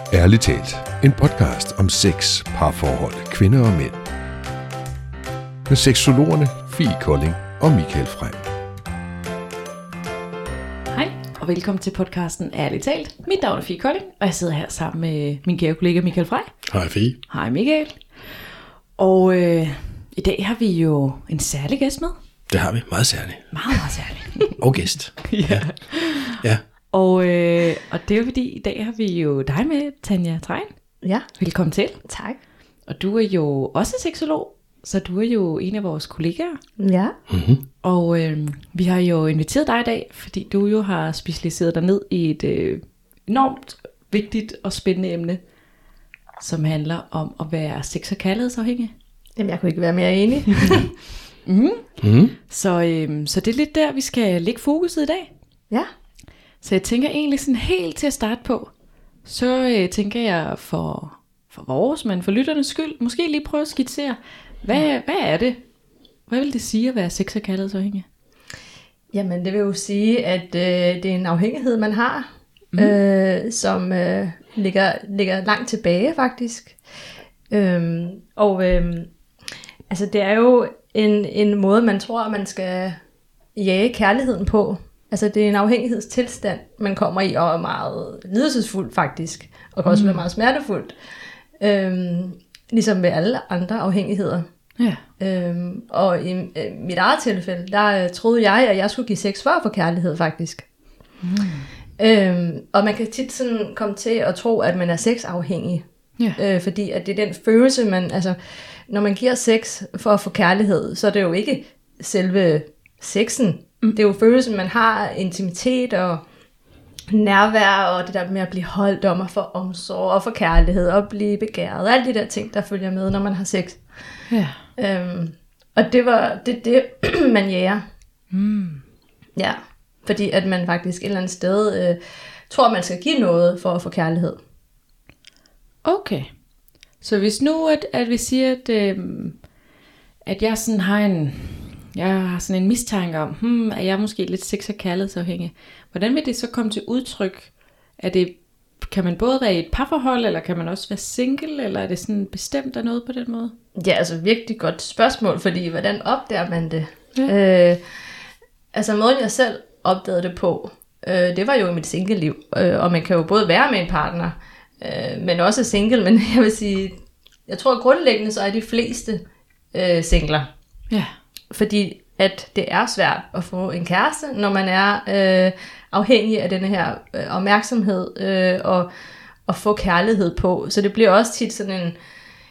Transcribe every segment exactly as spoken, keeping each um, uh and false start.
Ærligt talt, en podcast om sex, parforhold, kvinder og mænd. Med seksologerne Fie Kolding og Michael Frey. Hej, og velkommen til podcasten Ærligt talt. Mit navn er Fie Kolding, og jeg sidder her sammen med min kære kollega Michael Frey. Hej Fie. Hej Michael. Og øh, i dag har vi jo en særlig gæst med. Det har vi, meget særligt. Meget, meget særlig. Og gæst. Ja. Ja. Og, øh, og det er jo fordi, i dag har vi jo dig med, Tanja Trein. Ja. Velkommen til. Tak. Og du er jo også seksolog, så du er jo en af vores kollegaer. Ja. Mm-hmm. Og øh, vi har jo inviteret dig i dag, fordi du jo har specialiseret dig ned i et øh, enormt vigtigt og spændende emne, som handler om at være sex- og kærlighedsafhængig. Jamen, jeg kunne ikke være mere enig. mm. Mm. Så, øh, så det er lidt der, vi skal lægge fokuset i dag. Ja. Så jeg tænker egentlig sådan helt til at starte på, så øh, tænker jeg for, for vores, men for lytternes skyld, måske lige prøve at skitsere, hvad, hvad er det? Hvad vil det sige at være sex- og kærlighedsafhængig? Jamen, det vil jo sige, at øh, det er en afhængighed, man har, mm. øh, som øh, ligger, ligger langt tilbage faktisk. Øhm, og øh, altså, det er jo en, en måde, man tror, man skal jage kærligheden på. Altså, det er en afhængighedstilstand, man kommer i, og er meget lidelsesfuldt faktisk, og kan også mm. være meget smertefuldt. Øhm, ligesom med alle andre afhængigheder. Ja. Øhm, og i øh, mit eget tilfælde, der øh, troede jeg, at jeg skulle give sex for at få kærlighed faktisk. Mm. Øhm, og man kan tit sådan komme til at tro, at man er sexafhængig. Ja. Øh, fordi at det er den følelse, man, altså, når man giver sex for at få kærlighed, så er det jo ikke selve sexen. Mm. Det er jo følelsen, man har, intimitet og nærvær, og det der med at blive holdt om at få omsorg og få kærlighed og blive begæret. Alle de der ting, der følger med, når man har sex. Ja. Øhm, og det var det, det man jæger. Mm. Ja, fordi at man faktisk et eller andet sted øh, tror, man skal give noget for at få kærlighed. Okay. Så hvis nu, at, at vi siger, at, øh, at jeg sådan har en... Jeg har sådan en mistanke om, hmm, er jeg måske lidt sex- og kærlighedsafhængig. Hvordan vil det så komme til udtryk? Er det, kan man både være i et parforhold, eller kan man også være single, eller er det sådan bestemt af noget på den måde? Ja, altså virkelig godt spørgsmål, fordi hvordan opdager man det? Ja. Øh, altså måden jeg selv opdagede det på, øh, det var jo i mit single-liv. Øh, og man kan jo både være med en partner, øh, men også single. Men jeg vil sige, jeg tror grundlæggende så er de fleste øh, singler. Ja. Fordi at det er svært at få en kæreste, når man er øh, afhængig af denne her øh, opmærksomhed øh, og, og få kærlighed på. Så det bliver også tit sådan en,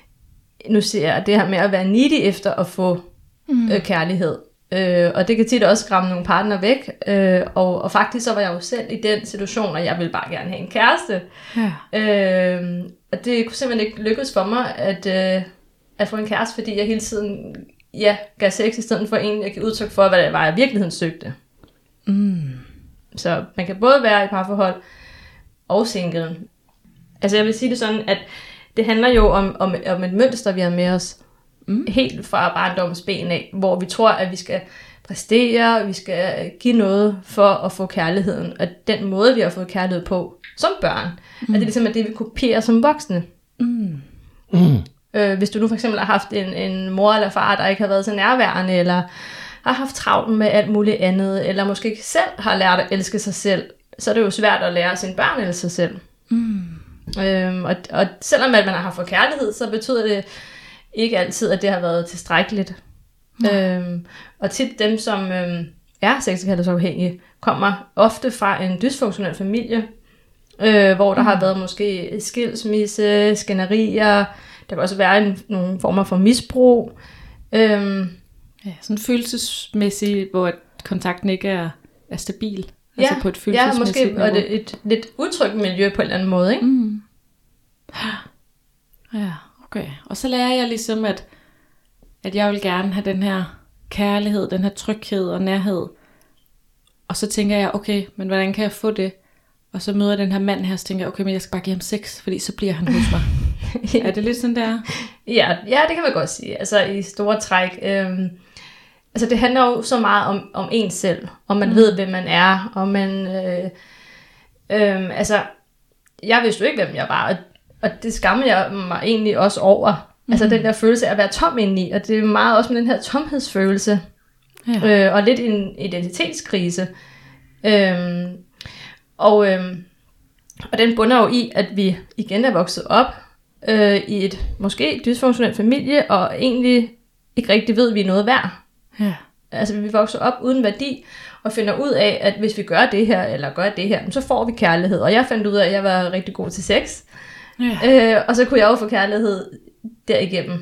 nu ser jeg det her med at være needy efter at få mm. øh, kærlighed. Øh, og det kan tit også skræmme nogle partner væk. Øh, og, og faktisk så var jeg jo selv i den situation, og jeg ville bare gerne have en kæreste. Ja. Øh, og det kunne simpelthen ikke lykkes for mig at, øh, at få en kæreste, fordi jeg hele tiden... Ja, gav sex i stedet for en, jeg kan udtrykke for, hvad det var, jeg i virkeligheden søgte. Mm. Så man kan både være i parforhold og single. Altså jeg vil sige det sådan, at det handler jo om, om, om et mønster, vi har med os. Mm. Helt fra barndommens ben af, hvor vi tror, at vi skal præstere, vi skal give noget for at få kærligheden. Og den måde, vi har fået kærlighed på som børn, mm. at det ligesom er det, vi kopierer som voksne. Mm. Mm. Øh, hvis du nu for eksempel har haft en, en mor eller far, der ikke har været så nærværende, eller har haft travlt med alt muligt andet, eller måske ikke selv har lært at elske sig selv, så er det jo svært at lære sine børn at elske sig selv. Mm. Øhm, og, og selvom at man har fået kærlighed, så betyder det ikke altid, at det har været tilstrækkeligt. Mm. Øhm, og tit dem, som øhm, er sex- og kærlighedsafhængige, kommer ofte fra en dysfunktionel familie, øh, hvor der mm. har været måske skilsmisse, skænderier. Der kan også være en, nogle former for misbrug. Øhm, ja, sådan følelsesmæssigt, hvor kontakten ikke er, er stabil. Ja, altså på et følelsesmæssigt ja, måske er det et lidt utrygt miljø på en eller anden måde, ikke? Mm. Ja, okay. Og så lærer jeg ligesom, at, at jeg vil gerne have den her kærlighed, den her tryghed og nærhed. Og så tænker jeg, okay, men hvordan kan jeg få det? Og så møder jeg den her mand her, og så tænker jeg, okay, men jeg skal bare give ham sex, fordi så bliver han hos mig. Er det lidt sådan der? Ja, ja, det kan man godt sige. Altså i store træk. Øhm, altså det handler jo så meget om, om en selv. Om man mm. ved, hvem man er. Og man, øh, øh, altså, jeg vidste jo ikke, hvem jeg var. Og og det skammer jeg mig egentlig også over. Mm. Altså den der følelse af at være tom indeni, og det er meget også med den her tomhedsfølelse, ja. øh, og lidt en identitetskrise. Øhm, og, øhm, og den bunder jo i, at vi igen er vokset op øh, i et måske dysfunktionelt familie, og egentlig ikke rigtig ved, at vi er noget værd. Ja. Altså vi vokser op uden værdi, og finder ud af, at hvis vi gør det her, eller gør det her, så får vi kærlighed. Og jeg fandt ud af, at jeg var rigtig god til sex. Ja. Øh, og så kunne jeg jo få kærlighed derigennem.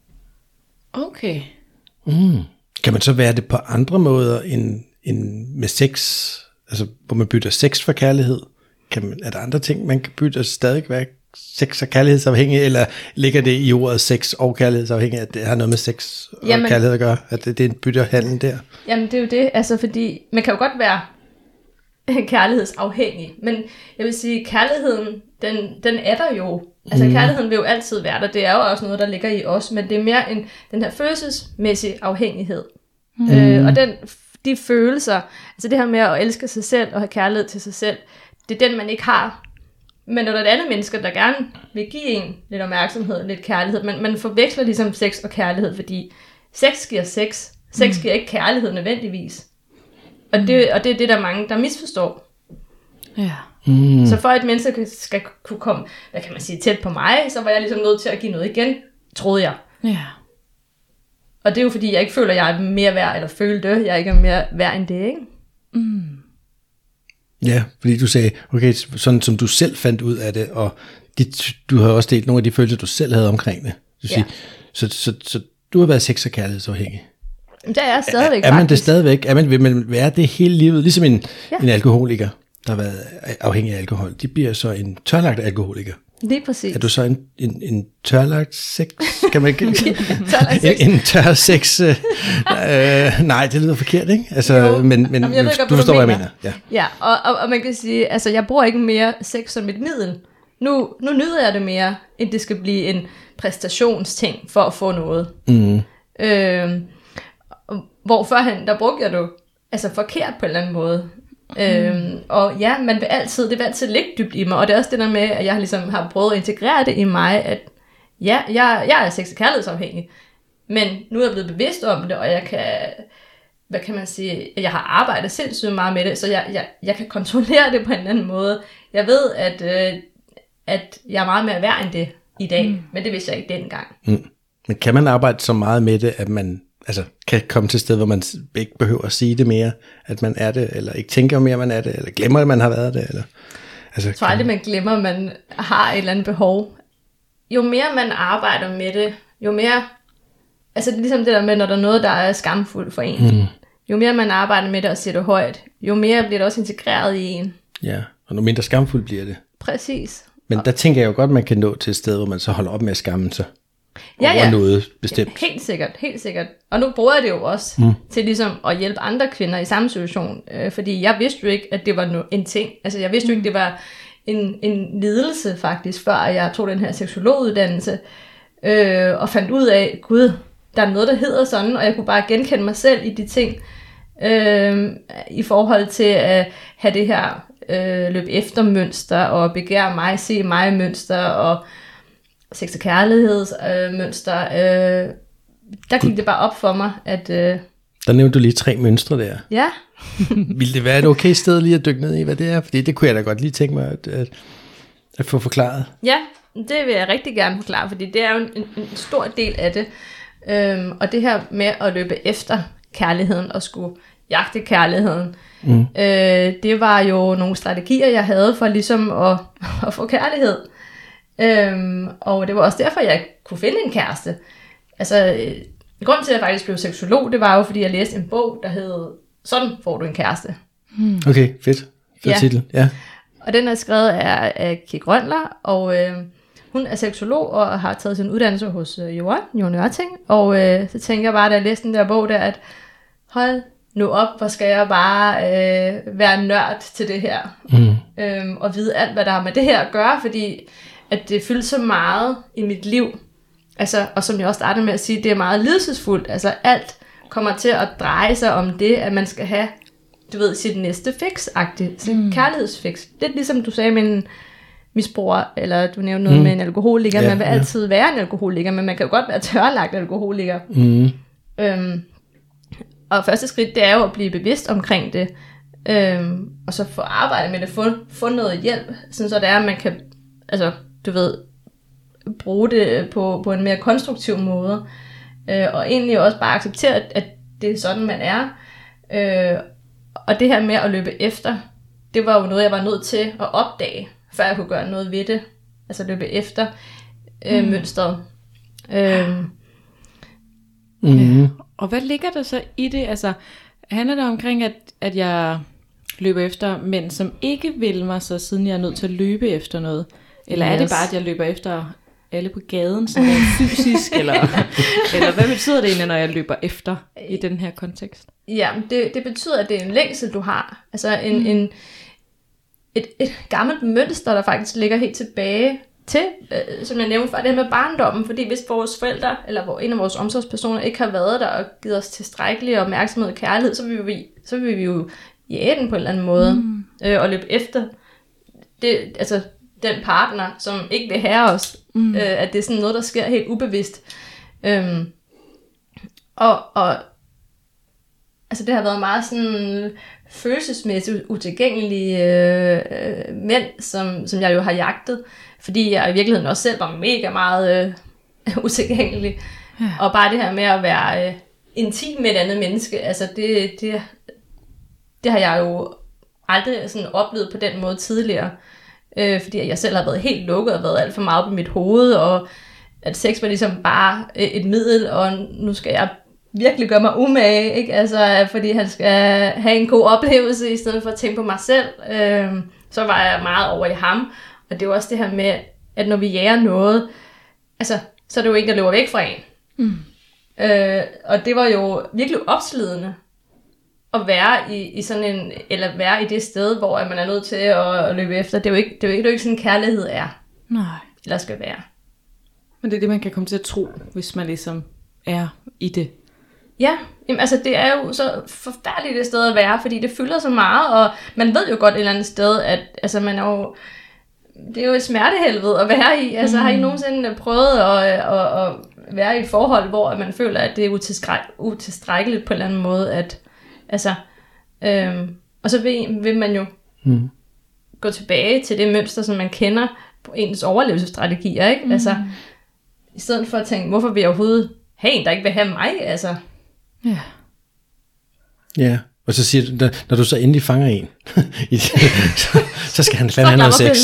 Okay. Mm. Kan man så være det på andre måder end, end med sex? Altså, hvor man bytter sex for kærlighed? Kan man, er der andre ting, man kan bytte og stadig være sex og kærlighedsafhængig? Eller ligger det i ordet sex og kærlighedsafhængig, at det har noget med sex og jamen, kærlighed at gøre? At det, det er en bytterhandel der? Jamen, det er jo det. Altså, fordi man kan jo godt være kærlighedsafhængig. Men jeg vil sige, kærligheden, den, den er der jo. Altså mm. kærligheden vil jo altid være der. Det er jo også noget, der ligger i os. Men det er mere en, den her følelsesmæssige afhængighed. Mm. Øh, og den, de følelser, altså det her med at elske sig selv og have kærlighed til sig selv, det er den, man ikke har. Men når der er et andet mennesker, der gerne vil give en lidt opmærksomhed, lidt kærlighed, men man forveksler ligesom sex og kærlighed, fordi sex giver sex. Sex mm. giver ikke kærlighed nødvendigvis. Og det, og det er det, der er mange, der misforstår. Ja. Mm. Så for at et menneske skal kunne komme, hvad kan man sige, tæt på mig, så var jeg ligesom nødt til at give noget igen, troede jeg. Ja. Og det er jo fordi, jeg ikke føler, at jeg er mere værd, eller følte, at jeg ikke er mere værd end det, ikke? Mm. Ja, fordi du sagde, okay, sådan som du selv fandt ud af det, og dit, du har også delt nogle af de følelser, du selv havde omkring det. Du siger, ja. så, så, så du har været sex- og kærlighedsafhængig. Det er jeg stadigvæk, er, er man det stadigvæk? Er man, vil man være det hele livet? Ligesom en, ja. en alkoholiker, der har været afhængig af alkohol. De bliver så en tørlagt alkoholiker. Det er præcis. Er du så en, en, en tørlagt sex? Kan man ikke? tørlagt sex. En, en tør sex? Øh, øh, nej, det lyder forkert, ikke? Altså, jo. men, men Jamen, du, du forstår, hvad jeg mener. Ja, ja og, og, og man kan sige, altså jeg bruger ikke mere sex som et middel. Nu, nu nyder jeg det mere, end det skal blive en præstationsting for at få noget. Mm. Øh, hvor førhen, der brugte jeg det altså forkert på en eller anden måde. Mm. Øhm, og ja, man vil altid, det vil altid ligge dybt i mig, og det er også det der med, at jeg ligesom har prøvet at integrere det i mig, at ja, jeg, jeg er sex- og kærlighedsafhængig, men nu er jeg blevet bevidst om det, og jeg kan, hvad kan man sige, jeg har arbejdet sindssygt meget med det, så jeg, jeg, jeg kan kontrollere det på en anden måde. Jeg ved, at, øh, at jeg er meget mere værd end det i dag, mm. men det vidste jeg ikke dengang. Mm. Men kan man arbejde så meget med det, at man altså kan komme til et sted, hvor man ikke behøver at sige det mere, at man er det, eller ikke tænker mere, man er det, eller glemmer, at man har været det, eller altså, jeg tror aldrig, man glemmer, at man har et eller andet behov. Jo mere man arbejder med det, jo mere, altså det er ligesom det der med, når der er noget, der er skamfuldt for en. Mm. Jo mere man arbejder med det og siger det højt, jo mere bliver det også integreret i en. Ja, og nu mindre skamfuldt bliver det. Præcis. Men der tænker jeg jo godt, man kan nå til et sted, hvor man så holder op med at skamme sig. Ja, ja. Noget bestemt. Ja, helt sikkert, helt sikkert. Og nu bruger jeg det jo også mm. til ligesom at hjælpe andre kvinder i samme situation. Øh, fordi jeg vidste jo ikke, at det var no- en ting. Altså jeg vidste jo ikke, det var en, en lidelse faktisk, før jeg tog den her seksologuddannelse. Øh, og fandt ud af, gud, der er noget, der hedder sådan, og jeg kunne bare genkende mig selv i de ting. Øh, I forhold til at have det her øh, løb efter mønster, og begære mig, se mig mønster, og sex- og kærlighedsmønster. Øh, øh, der gik det bare op for mig, at... Øh, der nævnte du lige tre mønstre der. Ja. Vil det være et okay sted lige at dykke ned i, hvad det er? Fordi det kunne jeg da godt lige tænke mig at, at, at få forklaret. Ja, det vil jeg rigtig gerne forklare, fordi det er jo en, en, en stor del af det. Øhm, og det her med at løbe efter kærligheden og skulle jagte kærligheden, mm. øh, det var jo nogle strategier, jeg havde for ligesom at, at få kærlighed. Øhm, og det var også derfor, jeg kunne finde en kæreste. Altså, øh, grunden til, at jeg faktisk blev seksolog, det var jo, fordi jeg læste en bog, der hed Sådan får du en kæreste. Hmm. Okay, fedt. Fed ja. titel. Ja. Og den er skrevet af, af Kik Rønler, og øh, hun er seksolog og har taget sin uddannelse hos øh, Johan, Johan Ørting. Og øh, så tænker jeg bare, da jeg læste den der bog der, at hold nu op, hvor skal jeg bare øh, være nørd til det her. Mm. Øhm, og vide alt, hvad der har med det her at gøre, fordi at det fyldte så meget i mit liv. Altså, og som jeg også startede med at sige, det er meget lidelsesfuldt. Altså alt kommer til at dreje sig om det, at man skal have, du ved, sit næste fix-agtigt. Sit mm. kærlighedsfix. Lidt ligesom du sagde med en, misbruger, eller du nævnte noget mm. med en alkoholiker. Ja, man vil ja. altid være en alkoholiker, men man kan jo godt være tørlagt alkoholiker. Mm. Øhm, og første skridt, det er jo at blive bevidst omkring det, øhm, og så få arbejdet med det, få, få noget hjælp, sådan så det er, at man kan, altså, du ved, bruge det på, på en mere konstruktiv måde, øh, og egentlig også bare acceptere, at, at det er sådan, man er. Øh, og det her med at løbe efter, det var jo noget, jeg var nødt til at opdage, før jeg kunne gøre noget ved det. Altså løbe efter øh, mm. mønstret. Øh, Mm. Ja. Og hvad ligger der så i det? Altså, handler det omkring, at, at jeg løber efter mænd, som ikke vil mig, så siden jeg er nødt til at løbe efter noget? Eller yes. er det bare, at jeg løber efter alle på gaden, sådan rent fysisk? eller, eller hvad betyder det egentlig, når jeg løber efter i den her kontekst? Ja, det, det betyder, at det er en længsel, du har. Altså en, mm. en, et, et gammelt mønster, der faktisk ligger helt tilbage til, øh, som jeg nævnte før, det her med barndommen. Fordi hvis vores forældre, eller hvor en af vores omsorgspersoner, ikke har været der og givet os tilstrækkelig opmærksomhed og kærlighed, så vil vi, så vil vi jo jage den på en eller anden måde, mm. øh, og løbe efter det, altså den partner, som ikke vil have os. Mm. Øh, at det er sådan noget, der sker helt ubevidst. Øhm, og, og altså det har været meget sådan følelsesmæssigt utilgængelige øh, øh, mænd, som, som jeg jo har jagtet, fordi jeg i virkeligheden også selv var mega meget øh, utilgængelig. Ja. Og bare det her med at være øh, intim med et andet menneske, altså det, det, det har jeg jo aldrig sådan oplevet på den måde tidligere. Øh, fordi jeg selv har været helt lukket og været alt for meget på mit hoved, og at sex var ligesom bare et middel, og nu skal jeg virkelig gøre mig umage, ikke? Altså, fordi han skal have en god oplevelse, i stedet for at tænke på mig selv. Øh, så var jeg meget over i ham, og det er også det her med, at når vi jager noget, altså, så er det jo ikke, der løber væk fra en. Mm. Øh, og det var jo virkelig opslidende at være i, i sådan en, eller være i det sted, hvor man er nødt til at, at løbe efter. Det er jo ikke, det er jo ikke, det er jo ikke sådan, kærlighed er. Nej. Eller skal være. Men det er det, man kan komme til at tro, hvis man ligesom er i det. Ja, jamen, altså det er jo så forfærdeligt et sted at være, fordi det fylder så meget, og man ved jo godt et eller andet sted, at altså, man er jo, det er jo et smertehelvede at være i. Altså mm. har I nogensinde prøvet at, at, at være i et forhold, hvor man føler, at det er utilstræk- utilstrækkeligt på en eller anden måde, at altså, øhm, og så vil, vil man jo mm. gå tilbage til det mønster, som man kender på ens overlevelsesstrategier, ikke? Mm. Altså, i stedet for at tænke, hvorfor vil jeg overhovedet have en, der ikke vil have mig, altså. Ja. Ja, og så siger du, når du så endelig fanger en, så, så skal han fandme have noget sex.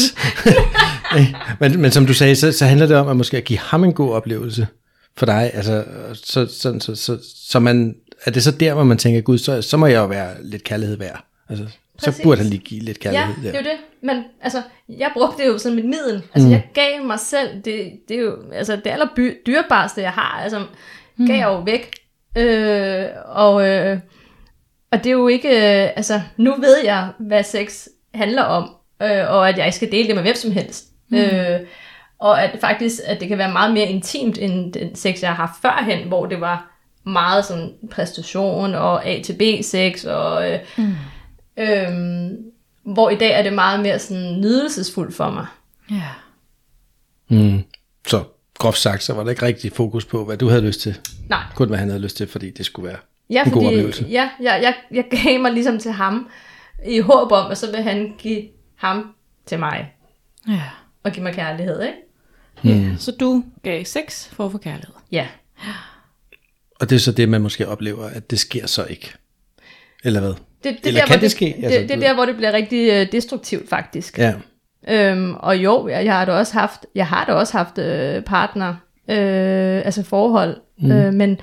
men, men som du sagde, så, så handler det om at måske at give ham en god oplevelse for dig, altså, så, så, så, så, så man, er det så der, hvor man tænker, gud, så, så må jeg jo være lidt kærlighed værd. Altså, så burde han lige give lidt kærlighed. Ja, det er jo det. Men altså, jeg brugte det jo som et middel. Altså, mm. jeg gav mig selv, det, det er jo altså, det aller dyrebareste, jeg har. Altså, mm. gav jeg jo væk. Øh, og, øh, og det er jo ikke, øh, altså, nu ved jeg, hvad sex handler om, øh, og at jeg ikke skal dele det med hvem som helst. Mm. Øh, og at faktisk, at det kan være meget mere intimt, end den sex, jeg har haft førhen, hvor det var meget sådan præstation og A til B sex, og øh, mm. Øhm, hvor i dag er det meget mere sådan nydelsesfuldt for mig. Ja. Mm. Så groft sagt, så var der ikke rigtig fokus på, hvad du havde lyst til. Nej. Kun hvad han havde lyst til, fordi det skulle være ja, en fordi, god oplevelse. Ja, jeg, jeg, jeg gav mig ligesom til ham, i håb om, at så vil han give ham til mig. Ja. Og give mig kærlighed, ikke? Mm. Ja, så du gav sex for at få kærlighed. Ja. Og det er så det, man måske oplever, at det sker så ikke. Eller hvad? Det, det Eller der, kan det, det ske? Det, altså, det, det er der, hvor det bliver rigtig uh, destruktivt, faktisk. Ja. Øhm, og jo, jeg, jeg har da også haft, jeg har da også haft øh, partner, øh, altså forhold, mm. øh, men,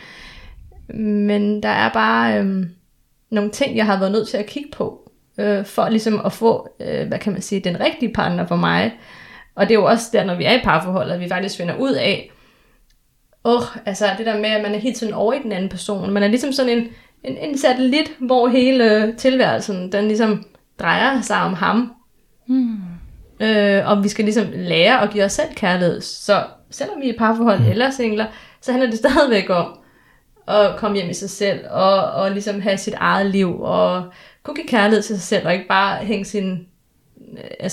men der er bare øh, nogle ting, jeg har været nødt til at kigge på, øh, for ligesom at få, øh, hvad kan man sige, den rigtige partner for mig. Og det er jo også der, når vi er i parforhold, at vi faktisk finder ud af, åh, oh, altså det der med, at man er helt sådan over i den anden person. Man er ligesom sådan en, en, en satellit, hvor hele tilværelsen, den ligesom drejer sig om ham. Mm. Øh, og vi skal ligesom lære at give os selv kærlighed. Så selvom vi er i parforhold mm. eller singler, så handler det stadigvæk om at komme hjem i sig selv, og, og ligesom have sit eget liv, og kunne give kærlighed til sig selv, og ikke bare hænge sin, altså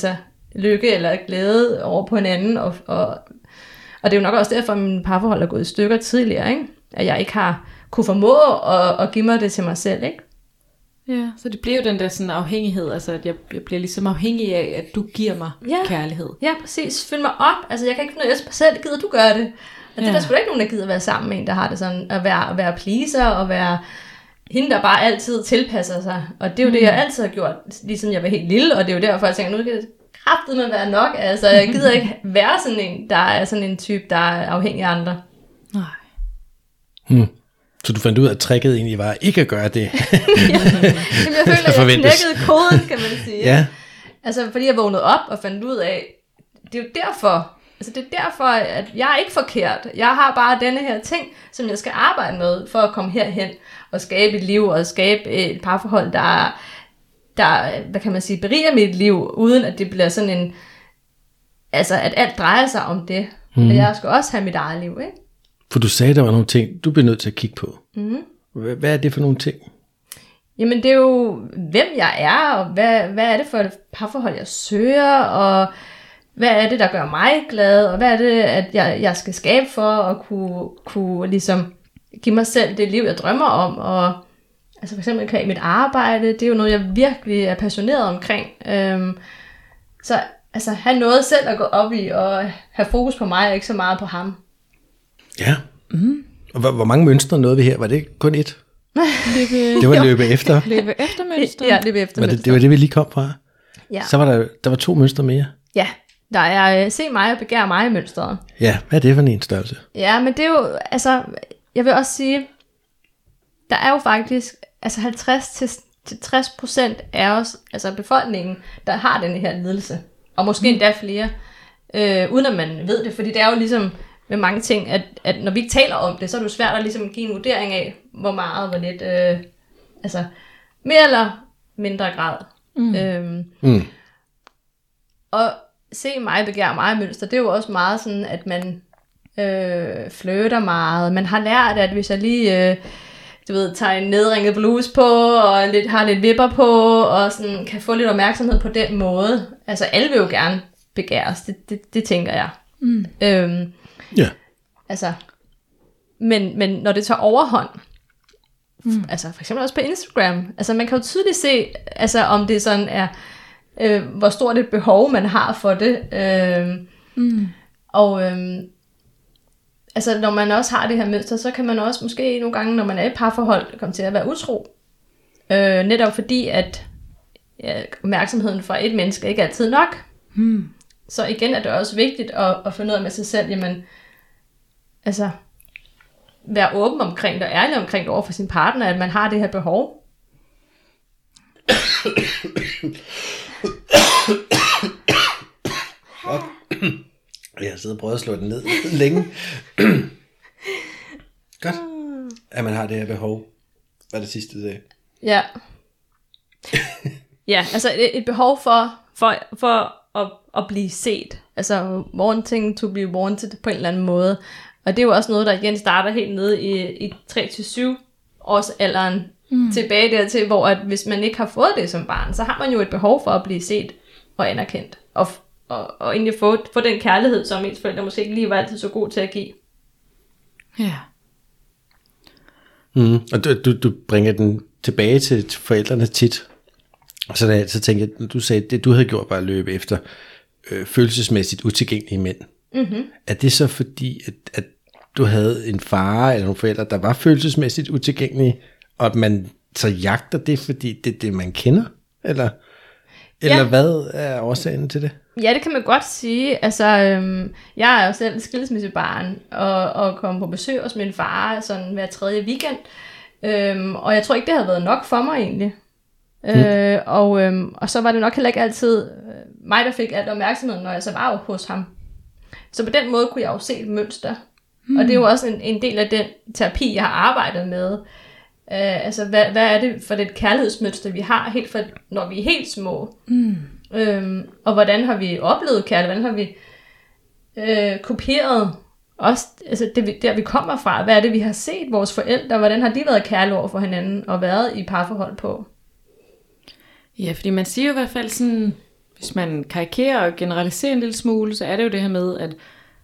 lykke eller glæde over på hinanden. Og, og, og det er jo nok også derfor, at mine parforhold er gået i stykker tidligere, ikke? At jeg ikke har kunne formå at, at give mig det til mig selv, ikke? Ja, så det bliver jo den der sådan afhængighed, altså at jeg, jeg bliver ligesom afhængig af, at du giver mig ja. kærlighed. Ja, præcis. Fyld mig op. Altså jeg kan ikke finde ud af at elske mig selv, gider du gøre det? Og ja. det er der sgu da ikke nogen, der gider at være sammen med en, der har det sådan, at være, at være pleaser, og være hende, der bare altid tilpasser sig. Og det er jo mm. det, jeg altid har gjort, lige siden jeg var helt lille, og det er jo derfor, jeg tænker, nu kan det kraftedeme være nok. Altså jeg gider ikke være sådan en, der er sådan en type, der er afhængig af andre. Nej. Hmm. Så du fandt ud af, at tricket egentlig var ikke at gøre det. ja. Jamen, jeg føler, at jeg knækkede koden, kan man sige. ja. Altså, fordi jeg vågnede op og fandt ud af, det er jo derfor, altså det er derfor, at jeg er ikke forkert. Jeg har bare denne her ting, som jeg skal arbejde med, for at komme herhen og skabe et liv, og skabe et parforhold, der, der, hvad kan man sige, beriger mit liv, uden at det bliver sådan en, altså at alt drejer sig om det. Mm. Og jeg skal også have mit eget liv, ikke? For du sagde, der var nogle ting, du bliver nødt til at kigge på. Mm. Hvad er det for nogle ting? Jamen det er jo, hvem jeg er, og hvad, hvad er det for et parforhold, jeg søger, og hvad er det, der gør mig glad, og hvad er det, at jeg, jeg skal skabe for, at kunne, kunne ligesom give mig selv det liv, jeg drømmer om. Og altså for eksempel kan mit arbejde, det er jo noget, jeg virkelig er passioneret omkring. Øhm, så altså have noget selv at gå op i, og have fokus på mig, og ikke så meget på ham. Ja. Mm. Og hvor, hvor mange mønstre nåede vi her? Var det kun ét? Løbe, det var løbe efter. Løbe efter mønstre. Ja, løbe efter var mønstre. det, det var det, vi lige kom fra. Ja. Så var der, der var to mønstre mere. Ja, der er se mig og begær mig mønstret. Ja, hvad er det for en størrelse? Ja, men det er jo, altså, jeg vil også sige, der er jo faktisk, altså halvtreds til tres procent af os, altså befolkningen, der har den her lidelse. Og måske endda flere, øh, uden at man ved det, fordi det er jo ligesom med mange ting, at, at når vi ikke taler om det, så er det jo svært at ligesom give en vurdering af, hvor meget, hvor lidt, øh, altså mere eller mindre grad. Mm. Øhm, mm. Og se mig begær mig mønster, det er jo også meget sådan, at man øh, flirter meget. Man har lært, at hvis jeg lige, øh, du ved, tager en nedringet bluse på, og lidt, har lidt vipper på, og sådan kan få lidt opmærksomhed på den måde. Altså alle vil jo gerne begæres, det, det, det tænker jeg. Mm. Øhm, Ja. Altså, men, men når det tager overhånd, mm. altså for eksempel også på Instagram, altså man kan jo tydeligt se, altså om det sådan er, øh, hvor stort et behov man har for det. Øh, mm. Og øh, altså når man også har det her mønster, så kan man også måske nogle gange, når man er i parforhold, komme til at være utro. Øh, netop fordi, at ja, opmærksomheden fra et menneske ikke er altid nok. Mm. Så igen er det også vigtigt at, at finde ud af med sig selv, jamen, altså, være åben omkring det, og ærlig omkring det over for sin partner, at man har det her behov. Jeg har siddet og prøvet at slå den ned længe. Godt. At man har det her behov. Hvad er det sidste, du sagde? Ja. Ja, altså et, et behov for, for, for at, at blive set. Altså wanting to be wanted på en eller anden måde. Og det er jo også noget, der igen starter helt nede i, i tre til syv års alderen. Mm. Tilbage dertil, hvor at hvis man ikke har fået det som barn, så har man jo et behov for at blive set og anerkendt. Og, og, og egentlig få, få den kærlighed, som ens forældre måske ikke lige var altid så god til at give. Ja. Mm. Og du, du, du bringer den tilbage til, til forældrene tit. Og så, der, så tænkte jeg, du sagde, det du havde gjort var at løbe efter øh, følelsesmæssigt utilgængelige mænd. Mm-hmm. Er det så fordi, at, at du havde en far eller nogle forældre, der var følelsesmæssigt utilgængelige, og at man så jagter det, fordi det er det, man kender? Eller, eller ja. Hvad er årsagen til det? Ja, det kan man godt sige. Altså, øhm, jeg er jo selv skilsmissebarn, og, og kom på besøg hos min far sådan hver tredje weekend. Øhm, og jeg tror ikke, det havde været nok for mig egentlig. Mm. Øh, og, øhm, og så var det nok heller ikke altid øh, mig, der fik alt opmærksomhed, når jeg så var jo hos ham. Så på den måde kunne jeg jo se et mønster. Mm. Og det er jo også en, en del af den terapi, jeg har arbejdet med. Øh, altså, hvad, hvad er det for det kærlighedsmønster, vi har, helt for, når vi er helt små? Mm. Øhm, og hvordan har vi oplevet kærlighed? Hvordan har vi øh, kopieret også, altså det, der vi kommer fra? Hvad er det, vi har set vores forældre? Hvordan har de været kærlige over for hinanden og været i parforhold på? Ja, fordi man siger jo i hvert fald sådan, hvis man karikerer og generaliserer en lille smule, så er det jo det her med, at,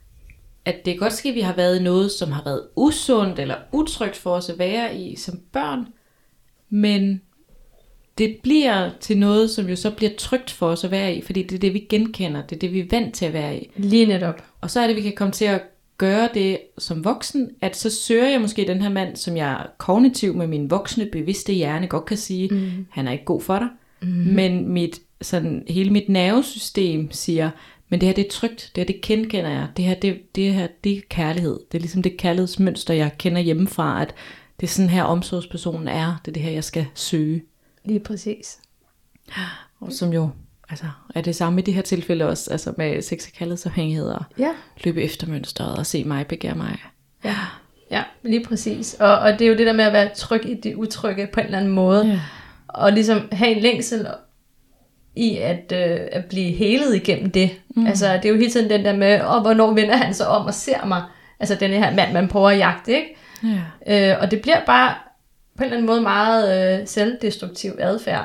at det godt ske, at vi har været i noget, som har været usundt eller utrygt for os at være i som børn, men det bliver til noget, som jo så bliver trygt for os at være i, fordi det er det, vi genkender, det er det, vi er vant til at være i. Lige netop. Og så er det, vi kan komme til at gøre det som voksen, at så søger jeg måske den her mand, som jeg kognitiv med min voksne, bevidste hjerne godt kan sige, mm. han er ikke god for dig, mm. men mit, sådan, hele mit nervesystem siger, men det her det er trygt, det her det genkender jeg, det her det, det her det er kærlighed, det er ligesom det kærlighedsmønster, jeg kender hjemmefra, at det er sådan her omsorgspersonen er, det er det her, jeg skal søge. Lige præcis. Og som jo altså, er det samme i det her tilfælde også, altså med sex- og kærlighedsafhængighed og ja. løbe efter mønstret og se mig, begære mig. Ja, ja, lige præcis. Og, og det er jo det der med at være tryg i det utrygge på en eller anden måde. Ja. Og ligesom have en længsel i at, øh, at blive helet igennem det. Mm. Altså det er jo hele tiden den der med, åh, hvornår vender han så om og ser mig? Altså den her mand, man prøver at jagte, ikke? Ja. Øh, og det bliver bare på en eller anden måde meget øh, selvdestruktiv adfærd.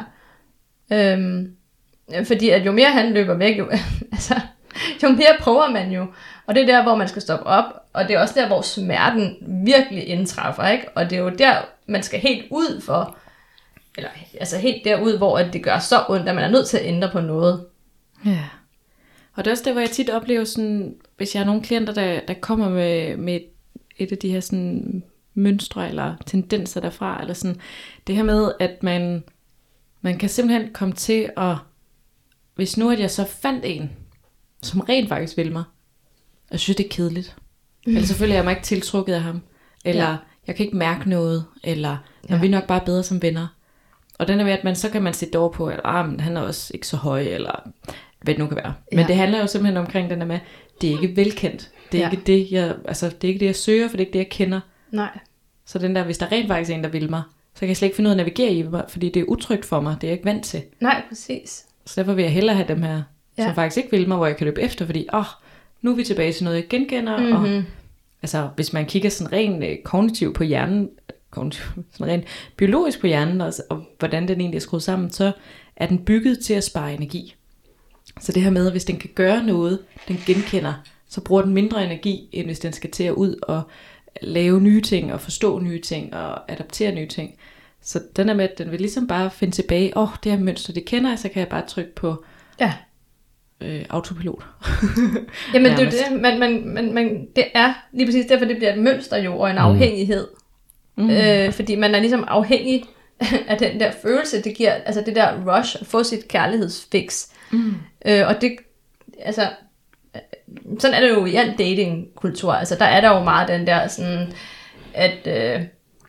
Øhm, fordi at jo mere han løber væk, jo, altså, jo mere prøver man jo. Og det er der, hvor man skal stoppe op. Og det er også der, hvor smerten virkelig indtræffer, ikke? Og det er jo der, man skal helt ud for, eller altså helt derud, hvor at det gør så ondt, at man er nødt til at ændre på noget. Ja. Og det er også der, hvor jeg tit oplever sådan, hvis jeg har nogle klienter, der, der kommer med, med et af de her sådan mønstre eller tendenser derfra, eller sådan, det her med, at man, man kan simpelthen komme til at, hvis nu at jeg så fandt en, som rent faktisk vil mig, og jeg synes, det er kedeligt, mm. eller selvfølgelig er jeg mig ikke tiltrukket af ham, eller ja. jeg kan ikke mærke noget, eller ja. vi er nok bare bedre som venner. Og den er ved, at man, så kan man sætte over på, at ah, men han er også ikke så høj, eller hvad det nu kan være. Men ja. det handler jo simpelthen omkring den der med, det er ikke velkendt. Det er, ja. ikke det, jeg, altså, det er ikke det, jeg søger, for det er ikke det, jeg kender. Nej. Så den der, hvis der rent faktisk er en, der vil mig, så kan jeg slet ikke finde ud af at navigere i mig, fordi det er utrygt for mig. Det er jeg ikke vant til. Nej, præcis. Så derfor vil jeg hellere have dem her, ja. som faktisk ikke vil mig, hvor jeg kan løbe efter, fordi åh, oh, nu er vi tilbage til noget, jeg genkender. Mm-hmm. Og, altså, hvis man kigger sådan rent øh, kognitivt på hjernen, kognitivt, sådan rent biologisk på hjernen, og, og hvordan den egentlig er skruet sammen, så er den bygget til at spare energi. Så det her med, at hvis den kan gøre noget, den genkender, så bruger den mindre energi, end hvis den skal til at ud og lave nye ting, og forstå nye ting, og adaptere nye ting. Så den er med, at den vil ligesom bare finde tilbage, åh, oh, det her mønster, det kender jeg, så kan jeg bare trykke på ja. øh, autopilot. Jamen det er det, men, men, men, men det er lige præcis derfor, det bliver et mønster jo, og en afhængighed. Mm. Øh, fordi man er ligesom afhængig af den der følelse, det giver, altså det der rush, at få sit kærlighedsfix. Mm. Øh, og det, altså, sådan er det jo i al datingkultur, altså der er der jo meget den der sådan, at øh,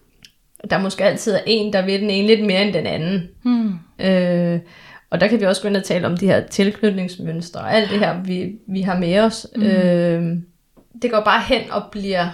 der måske altid er en, der vil den ene lidt mere end den anden. Mm. Øh, og der kan vi også gå ind og tale om de her tilknytningsmønstre, og alt det her, vi, vi har med os. Mm. Øh, det går bare hen og bliver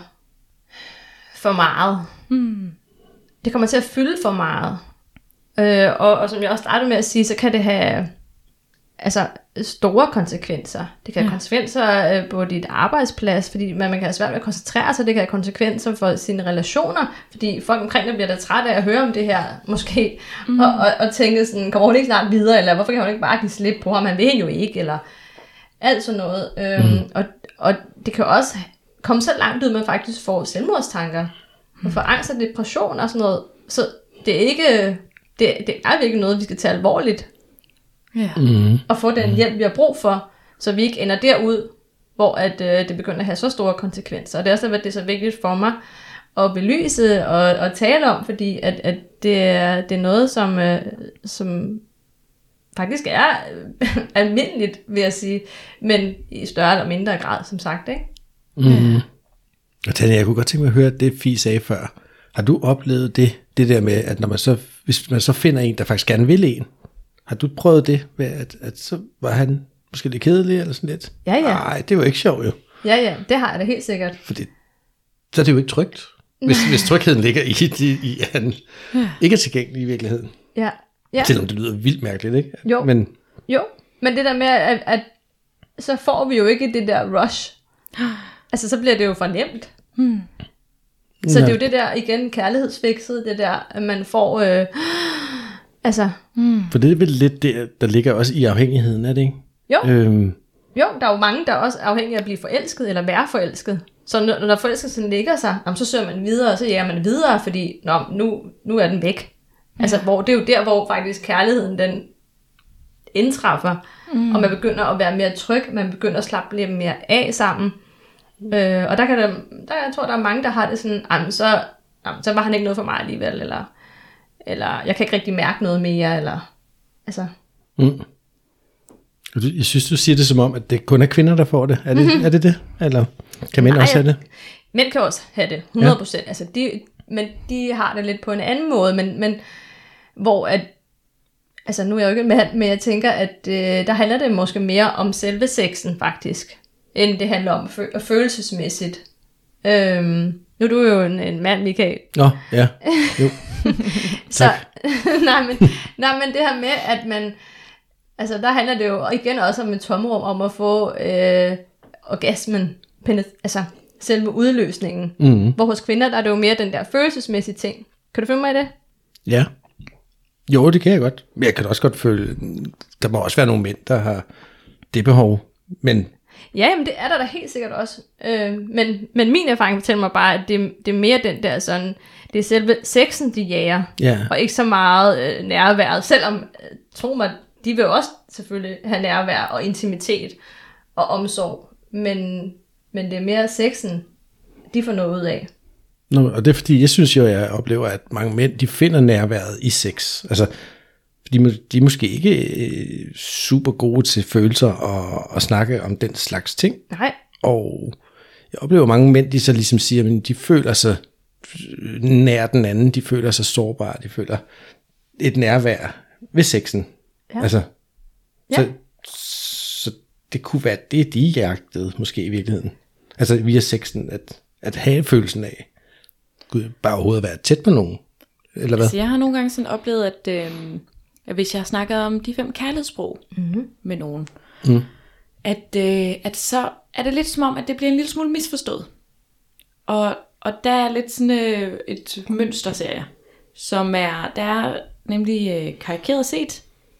for meget. Mm. Det kommer til at fylde for meget. Øh, og, og som jeg også startede med at sige, så kan det have altså store konsekvenser. Det kan have ja. konsekvenser øh, på dit arbejdsplads, fordi man, man kan have svært ved at koncentrere sig. Det kan have konsekvenser for sine relationer, fordi folk omkring dig bliver da træt af at høre om det her, måske, mm. og, og, og tænke sådan, kommer hun ikke snart videre, eller hvorfor kan hun ikke bare give slip på ham, han vil jo ikke, eller alt sådan noget. Øhm, mm. og, og det kan også komme så langt ud, at man faktisk får selvmordstanker, og får angst og depression og sådan noget. Så det er ikke, det, det er virkelig noget, vi skal tage alvorligt. Ja. Mm. Og få den hjælp, vi har brug for, så vi ikke ender derud, hvor at, øh, det begynder at have så store konsekvenser. Og det er også det er så vigtigt for mig at belyse og, og tale om, fordi at, at det, er, det er noget, som, øh, som faktisk er øh, almindeligt, vil jeg sige, men i større eller mindre grad, som sagt, ikke? Mm. Og Tanja, jeg kunne godt tænke mig at høre det, Fie sagde før. Har du oplevet det, det der med, at når man så, hvis man så finder en, der faktisk gerne vil en, har du prøvet det, med at, at så var han måske lidt kedelig, eller sådan lidt? Ja, ja. Nej, det var ikke sjovt jo. Ja, ja, det har jeg da helt sikkert. Fordi, så er det jo ikke trygt, hvis, hvis trygheden ligger i, i, i at han ja. ikke er tilgængelig i virkeligheden. Ja. Ja. Selvom det lyder vildt mærkeligt, ikke? Jo, men, jo. men det der med, at, at så får vi jo ikke det der rush. Altså, så bliver det jo for nemt. Hmm. Så Nå. det er jo det der, igen, kærlighedsfikset, det der, at man får, øh, Altså, Mm. For det er vel lidt det, der ligger også i afhængigheden, er det ikke? jo, Øhm, jo, der er jo mange, der er også afhængige af at blive forelsket, eller være forelsket. Så når, når forelskelsen ligger sig, jamen, så søger man videre, og så jager man videre, fordi nå, nu, nu er den væk. Altså, hvor, det er jo der, hvor faktisk kærligheden, den indtræffer, mm. og man begynder at være mere tryg, man begynder at slappe lidt mere af sammen. Øh, og der kan der, der, jeg tror, der er mange, der har det sådan, jamen, så, jamen, så var han ikke noget for mig alligevel, eller, eller jeg kan ikke rigtig mærke noget mere, eller, altså. mm. Jeg synes, du siger det som om, at det kun er kvinder, der får det. Er det, mm-hmm. er det det? Eller kan mænd Nej, også have det? Mænd kan også have det, hundrede procent. Ja. Altså, de, men de har det lidt på en anden måde, men, men hvor at, altså nu er jeg jo ikke med, men jeg tænker, at øh, der handler det måske mere om selve sexen faktisk, end det handler om fø- følelsesmæssigt. Øhm, nu er du jo en, en mand, Michael. Nå, ja. Jo. Så, nej, men, nej, men det her med, at man, altså der handler det jo igen også om et tomrum, om at få øh, orgasmen, penet- altså selve udløsningen. Mm-hmm. Hvor hos kvinder, der er det jo mere den der følelsesmæssige ting. Kan du følge mig i det? Ja. Jo, det kan jeg godt. Men jeg kan også godt føle, der må også være nogle mænd, der har det behov. Men Ja, jamen det er der da helt sikkert også. Øh, men, men min erfaring fortæller mig bare, at det, det er mere den der sådan, det er selve sexen, de jager, ja, og ikke så meget øh, nærværet. Selvom, øh, tro mig, de vil også selvfølgelig have nærvær og intimitet og omsorg. Men, men det er mere sexen, de får noget ud af. Nå, og det er fordi, jeg synes jo, jeg oplever, at mange mænd, de finder nærværet i sex. Altså, fordi de er måske ikke øh, super gode til følelser og, og snakke om den slags ting. Nej. Og jeg oplever mange mænd, de så ligesom siger, at de føler sig nær den anden, de føler sig sårbare, de føler et nærvær ved sexen. Ja. Altså, Ja. så, så det kunne være det, de jagtede måske i virkeligheden. Altså via sexen, at, at have følelsen af, gud, bare overhovedet at være tæt på nogen. Eller hvad? Altså, jeg har nogle gange sådan oplevet, at, øh, at hvis jeg har snakket om de fem kærlighedssprog mm-hmm. med nogen, Mm. at, øh, at så er det lidt som om, at det bliver en lille smule misforstået. Og, og der er lidt sådan øh, et mønster, ser jeg, som er, der er nemlig øh, karikeret set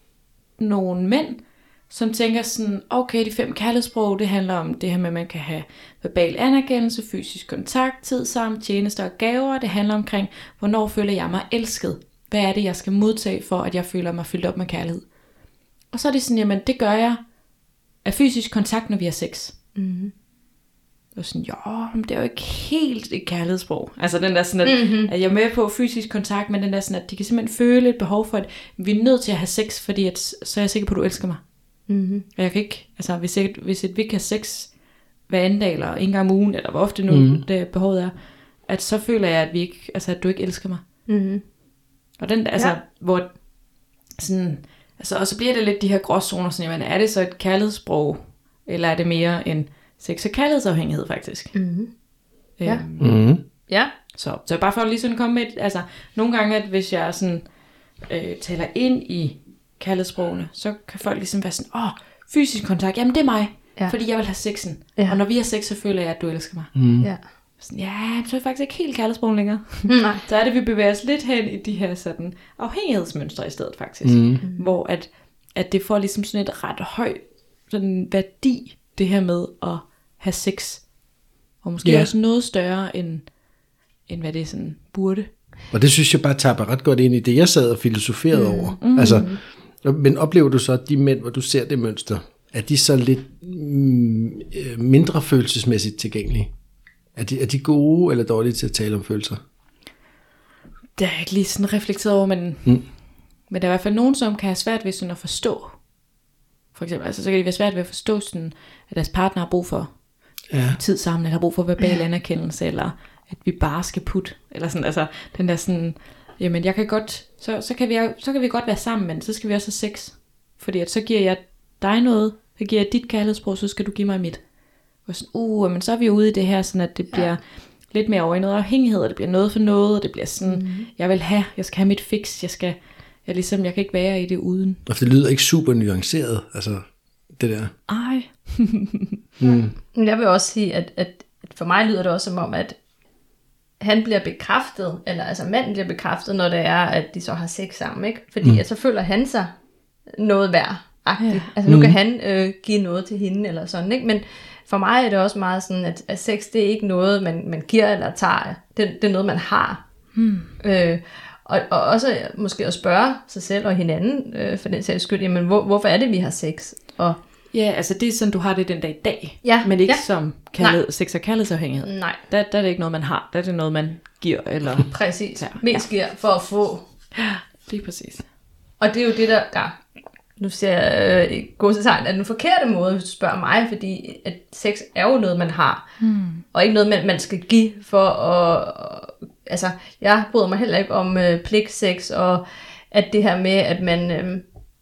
nogle mænd, som tænker sådan, okay, de fem kærlighedssprog, det handler om det her med, at man kan have verbal anerkendelse, fysisk kontakt, tid sammen, tjenester og gaver. Det handler omkring, hvornår føler jeg mig elsket? Hvad er det, jeg skal modtage for, at jeg føler mig fyldt op med kærlighed? Og så er det sådan, jamen, det gør jeg af fysisk kontakt, når vi har sex. Mm-hmm. Og sådan, jo, men det er jo ikke helt et kærlighedssprog. Altså den der sådan, at, Mhm. at jeg er med på fysisk kontakt, men den der sådan, at de kan simpelthen føle et behov for, at vi er nødt til at have sex, fordi at, så er jeg sikker på, at du elsker mig. Mm-hmm. Og jeg kan ikke, altså hvis, et, hvis et, vi kan have sex hver anden dag, eller en gang om ugen, eller hvor ofte nu Mhm. det behovet er, at så føler jeg, at, vi ikke, altså, at du ikke elsker mig. Mm-hmm. Og den, altså, Ja. hvor sådan, altså, og så bliver det lidt de her gråzoner, sådan, jamen, er det så et kærlighedssprog, eller er det mere en sex- og kærlighedsafhængighed, faktisk? Mm-hmm. Ja. Øhm, Mm. Ja. så, så bare for at lige sådan komme med, et, altså, nogle gange, at hvis jeg sådan, øh, taler ind i kærlighedssprogene, så kan folk ligesom være sådan, åh, fysisk kontakt, jamen det er mig, Ja. fordi jeg vil have sexen. Ja. Og når vi har sex, så føler jeg, at du elsker mig. Mm. Ja. Sådan, ja, så er det faktisk ikke helt kærlighedssprog længere. Nej. Så er det, vi bevæger os lidt hen i de her sådan afhængighedsmønstre i stedet faktisk. Mm. Hvor at, at det får ligesom sådan et ret høj sådan værdi, det her med at have sex. Og måske Ja. også noget større, end, end hvad det sådan burde. Og det synes jeg bare tapper ret godt ind i det, jeg sad og filosoferede mm. over. Mm. Altså, men oplever du så, at de mænd, hvor du ser det mønster, er de så lidt mm, øh, mindre følelsesmæssigt tilgængelige? Er de, er de gode eller dårlige til at tale om følelser? Det er jeg ikke lige sådan reflekteret over, men, Mm. men der er i hvert fald nogen, som kan have svært ved sådan at forstå. For eksempel, altså så kan de være svært ved at forstå sådan, at deres partner har brug for Ja. tid sammen, eller har brug for verbal anerkendelse, eller at vi bare skal putte, eller sådan, altså den der sådan, jamen jeg kan godt, så, så, kan vi, så kan vi godt være sammen, men så skal vi også have sex, fordi at så giver jeg dig noget, så giver jeg dit kærlighedssprog, så skal du give mig mit. Og sådan, uh, men så er vi ude i det her, sådan at det bliver ja. lidt mere over i noget afhængighed, og det bliver noget for noget, og det bliver sådan, mm-hmm. jeg vil have, jeg skal have mit fix, jeg skal, jeg ligesom, jeg kan ikke være i det uden. Og det lyder ikke super nuanceret, altså det der. Ej. Mm. Men jeg vil også sige, at, at, at for mig lyder det også som om, at han bliver bekræftet, eller altså manden bliver bekræftet, når det er, at de så har sex sammen, ikke? Fordi mm. at så føler han sig noget værd-agtigt. Ja. Altså nu mm. kan han øh, give noget til hende, eller sådan, ikke? Men for mig er det også meget sådan, at, at sex, det er ikke noget, man, man giver eller tager. Det, det er noget, man har. Mm. Øh, og, og også måske at spørge sig selv og hinanden, øh, for den sags skyld, jamen hvor, hvorfor er det, vi har sex? Og ja, altså det er sådan, du har det den dag i dag, ja, men ikke ja. som kaldet, sex og kærlighedsafhængighed. Nej. Der, der er det ikke noget, man har. Der er det noget, man giver. Eller præcis. Ja. Mest giver for at få. Ja, lige præcis. Og det er jo det, der, der nu ser jeg øh, godsetegn, er den forkerte måde, hvis du spørger mig, fordi at sex er jo noget, man har. Hmm. Og ikke noget, man, man skal give for at... Altså, jeg bryder mig heller ikke om øh, pligtsex, og at det her med, at man... Øh,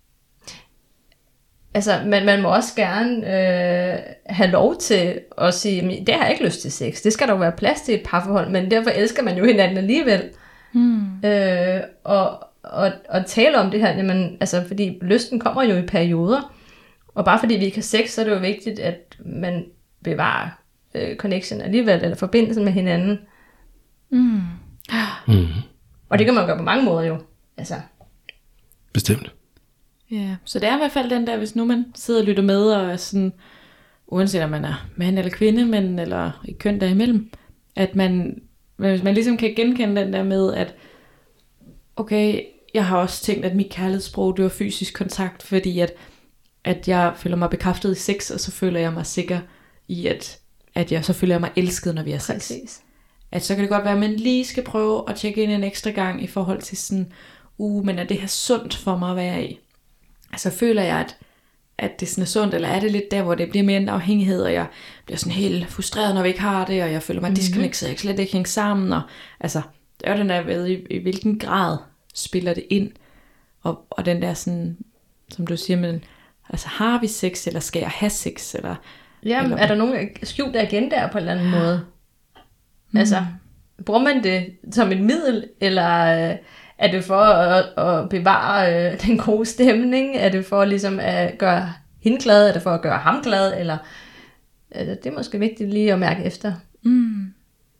altså, man, man må også gerne øh, have lov til at sige, det har jeg ikke lyst til sex. Det skal der jo være plads til et parforhold, men derfor elsker man jo hinanden alligevel. Hmm. Øh, og, og, og tale om det her, jamen, altså, fordi lysten kommer jo i perioder, og bare fordi vi ikke har sex, så er det jo vigtigt, at man bevarer øh, connection alligevel, eller forbindelsen med hinanden. Mm. Mm. Og det kan man gøre på mange måder jo. Altså. Bestemt. Ja, så det er i hvert fald den der, hvis nu man sidder og lytter med, og er sådan, uanset om man er mand eller kvinde, men, eller i køn derimellem, at man, hvis man ligesom kan genkende den der med, at okay, jeg har også tænkt, at mit kærlighedssprog, det var fysisk kontakt, fordi at, at jeg føler mig bekræftet i sex, og så føler jeg mig sikker i, at, at jeg så føler jeg mig elsket, når vi har sex. Præcis. At så kan det godt være, at man lige skal prøve at tjekke ind en ekstra gang i forhold til sådan, uh, men er det her sundt for mig at være i? Altså føler jeg, at, at det sådan er sundt, eller er det lidt der, hvor det bliver mere en afhængighed, og jeg bliver sådan helt frustreret, når vi ikke har det, og jeg føler mig mm-hmm. disconnected, jeg kan slet ikke hænge sammen, og altså, det er jo den der ved, i, i hvilken grad spiller det ind, og, og den der sådan, som du siger, men, altså har vi sex, eller skal jeg have sex, eller... Jamen, eller, er der nogen skjulte agendaer på en eller anden måde? Mm. Altså, bruger man det som et middel, eller øh, er det for at, at bevare øh, den gode stemning? Er det for ligesom at gøre hende glad? Er det for at gøre ham glad? Eller, øh, det er måske vigtigt lige at mærke efter. Mm.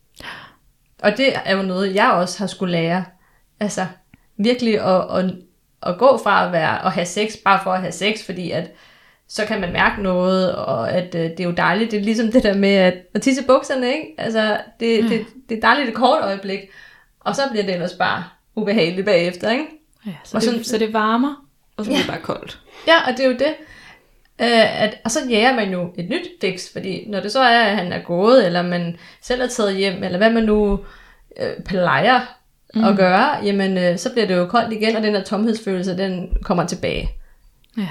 Og det er jo noget, jeg også har skulle lære. Altså, virkelig at, at, at gå fra at, være, at have sex, bare for at have sex, fordi at så kan man mærke noget, og at øh, det er jo dejligt. Det er ligesom det der med at, at tisse bukserne, ikke? Altså, det, mm. det, det er dejligt et kort øjeblik, og så bliver det ellers bare ubehageligt bagefter, ikke? Ja, så, det, sådan, så det varmer, og så bliver ja. det bare koldt. Ja, og det er jo det. Øh, at, og så jager man jo et nyt fix, fordi når det så er, at han er gået, eller man selv er taget hjem, eller hvad man nu øh, plejer mm. at gøre, jamen øh, så bliver det jo koldt igen, og den der tomhedsfølelse, den kommer tilbage. Ja.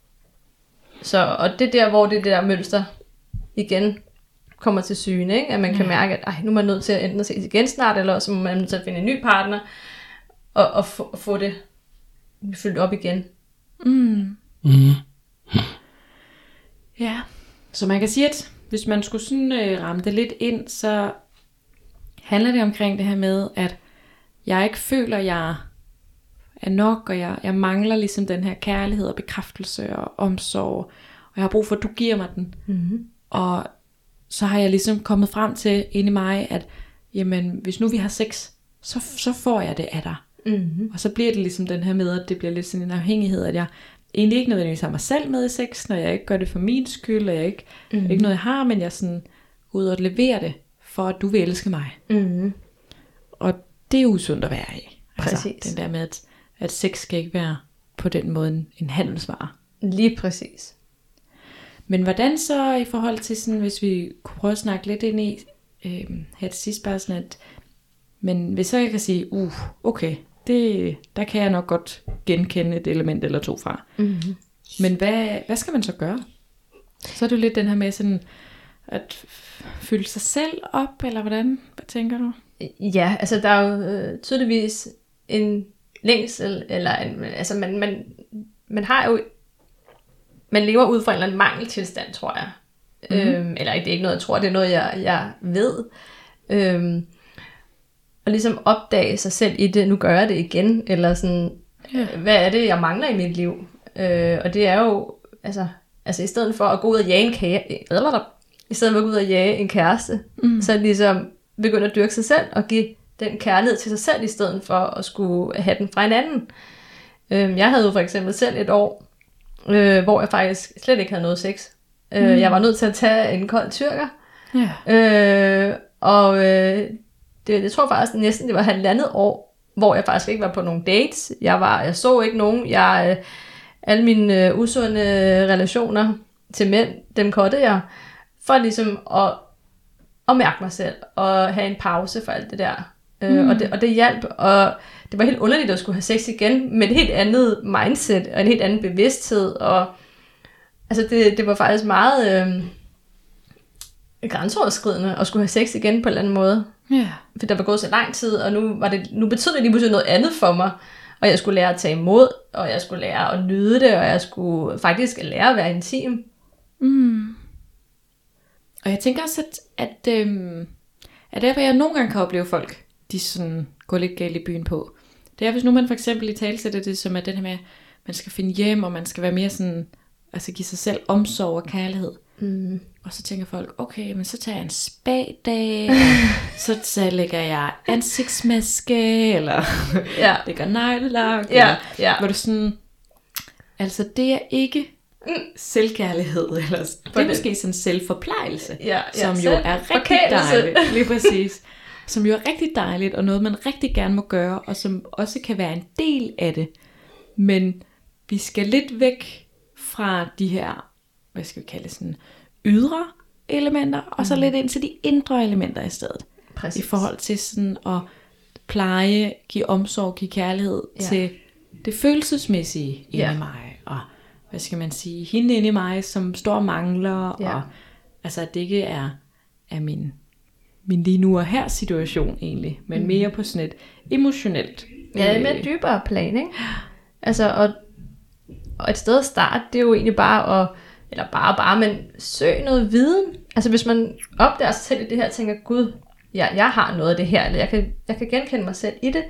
Så, og det er der, hvor det der mønster igen kommer til syne, ikke? At man kan ja. mærke, at ej, nu er man nødt til at enten at ses igen snart, eller så må man nødt til at finde en ny partner, og, og få, få det fyldt op igen. Mm. Mm. Ja, så man kan sige, at hvis man skulle sådan øh, ramme det lidt ind, så handler det omkring det her med, at jeg ikke føler, at jeg er nok, og jeg, jeg mangler ligesom den her kærlighed og bekræftelse og omsorg, og jeg har brug for, at du giver mig den. Mm-hmm. Og så har jeg ligesom kommet frem til inde i mig, at jamen, hvis nu vi har sex, så, så får jeg det af dig. Mm-hmm. Og så bliver det ligesom den her med, at det bliver lidt sådan en afhængighed, at jeg egentlig ikke nødvendigvis har mig selv med i sex, når jeg ikke gør det for min skyld, og jeg ikke, mm-hmm. ikke noget jeg har, men jeg sådan går ud og leverer det, for at du vil elske mig. Mm-hmm. Og det er usundt at være i. Altså, den der med, at, at sex skal ikke være på den måde en, en handelsvare. Lige præcis. Men hvordan så i forhold til sådan, hvis vi kunne prøve at snakke lidt ind i, øh, her til sidst bare sådan, at men hvis så jeg kan sige, uh, okay, det, der kan jeg nok godt genkende et element eller to fra. Mm-hmm. Men hvad, hvad skal man så gøre? Så er det jo lidt den her med sådan, at fylde sig selv op, eller hvordan? Hvad tænker du? Ja, altså der er jo øh, tydeligvis en længsel, eller en, altså man, man, man har jo, man lever ud fra en eller anden mangeltilstand, tror jeg. Mm-hmm. Øhm, eller det er ikke noget, jeg tror, det er noget, jeg, jeg ved. Øhm, og ligesom opdage sig selv i det, nu gør jeg det igen, eller sådan, yeah. hvad er det, jeg mangler i mit liv? Øh, og det er jo, altså, altså i stedet for at gå ud og jage en kære, eller der, i stedet for at gå ud og jage en kæreste, mm. så ligesom begynde at dyrke sig selv, og give den kærlighed til sig selv, i stedet for at skulle have den fra en anden. Øh, jeg havde jo for eksempel selv et år, øh, hvor jeg faktisk slet ikke havde noget sex. Øh, mm. Jeg var nødt til at tage en kold tyrker. Ja. Øh, og øh, det, jeg tror faktisk næsten, det var halvandet år, hvor jeg faktisk ikke var på nogen dates. Jeg, var, jeg så ikke nogen. Jeg, øh, alle mine øh, usunde relationer til mænd, dem kottede jeg, for ligesom at, at mærke mig selv, og have en pause for alt det der. Mm. Øh, og, det, og det hjalp, og det var helt underligt at skulle have sex igen, med et helt andet mindset, og en helt anden bevidsthed, og altså det, det var faktisk meget øh, grænseoverskridende at skulle have sex igen på en eller anden måde. Yeah. For der var gået så lang tid, og nu, var det, nu betød det lige pludselig noget andet for mig. Og jeg skulle lære at tage imod, og jeg skulle lære at nyde det, og jeg skulle faktisk lære at være intim. Mm. Og jeg tænker også, at, at, øhm, at derfor jeg nogle gange kan opleve folk, de sådan går lidt galt i byen på. Det er, hvis nu man for eksempel i talsætter det, som er den her med, man skal finde hjem, og man skal være mere sådan, altså give sig selv omsorg og kærlighed. Mm. Og så tænker folk, okay, men så tager jeg en spa-dag, så, så lægger jeg ansigtsmaske, eller ja. lægger neglelak, ja, eller ja. hvor du sådan, altså det er ikke mm. selvkærlighed, eller det er måske sådan selvforplejelse, ja, ja, som jo er rigtig dejligt, lige præcis, som jo er rigtig dejligt, og noget man rigtig gerne må gøre, og som også kan være en del af det, men vi skal lidt væk fra de her, hvad skal vi kalde det, sådan ydre elementer, og så mm. lidt ind til de indre elementer i stedet. Præcis. I forhold til sådan at pleje, give omsorg, give kærlighed ja. til det følelsesmæssige inde ja. i mig, og hvad skal man sige, hende inde i mig, som står og mangler, ja. og altså at det ikke er, er min, min lige nu og her situation egentlig, men mm. mere på sådan et emotionelt. Ja, med et dybere plan, ikke? Altså, og, og et sted at starte, det er jo egentlig bare at eller bare bare, men søg noget viden. Altså hvis man opdager sig selv i det her, og tænker, gud, ja, jeg har noget af det her, eller jeg kan, jeg kan genkende mig selv i det,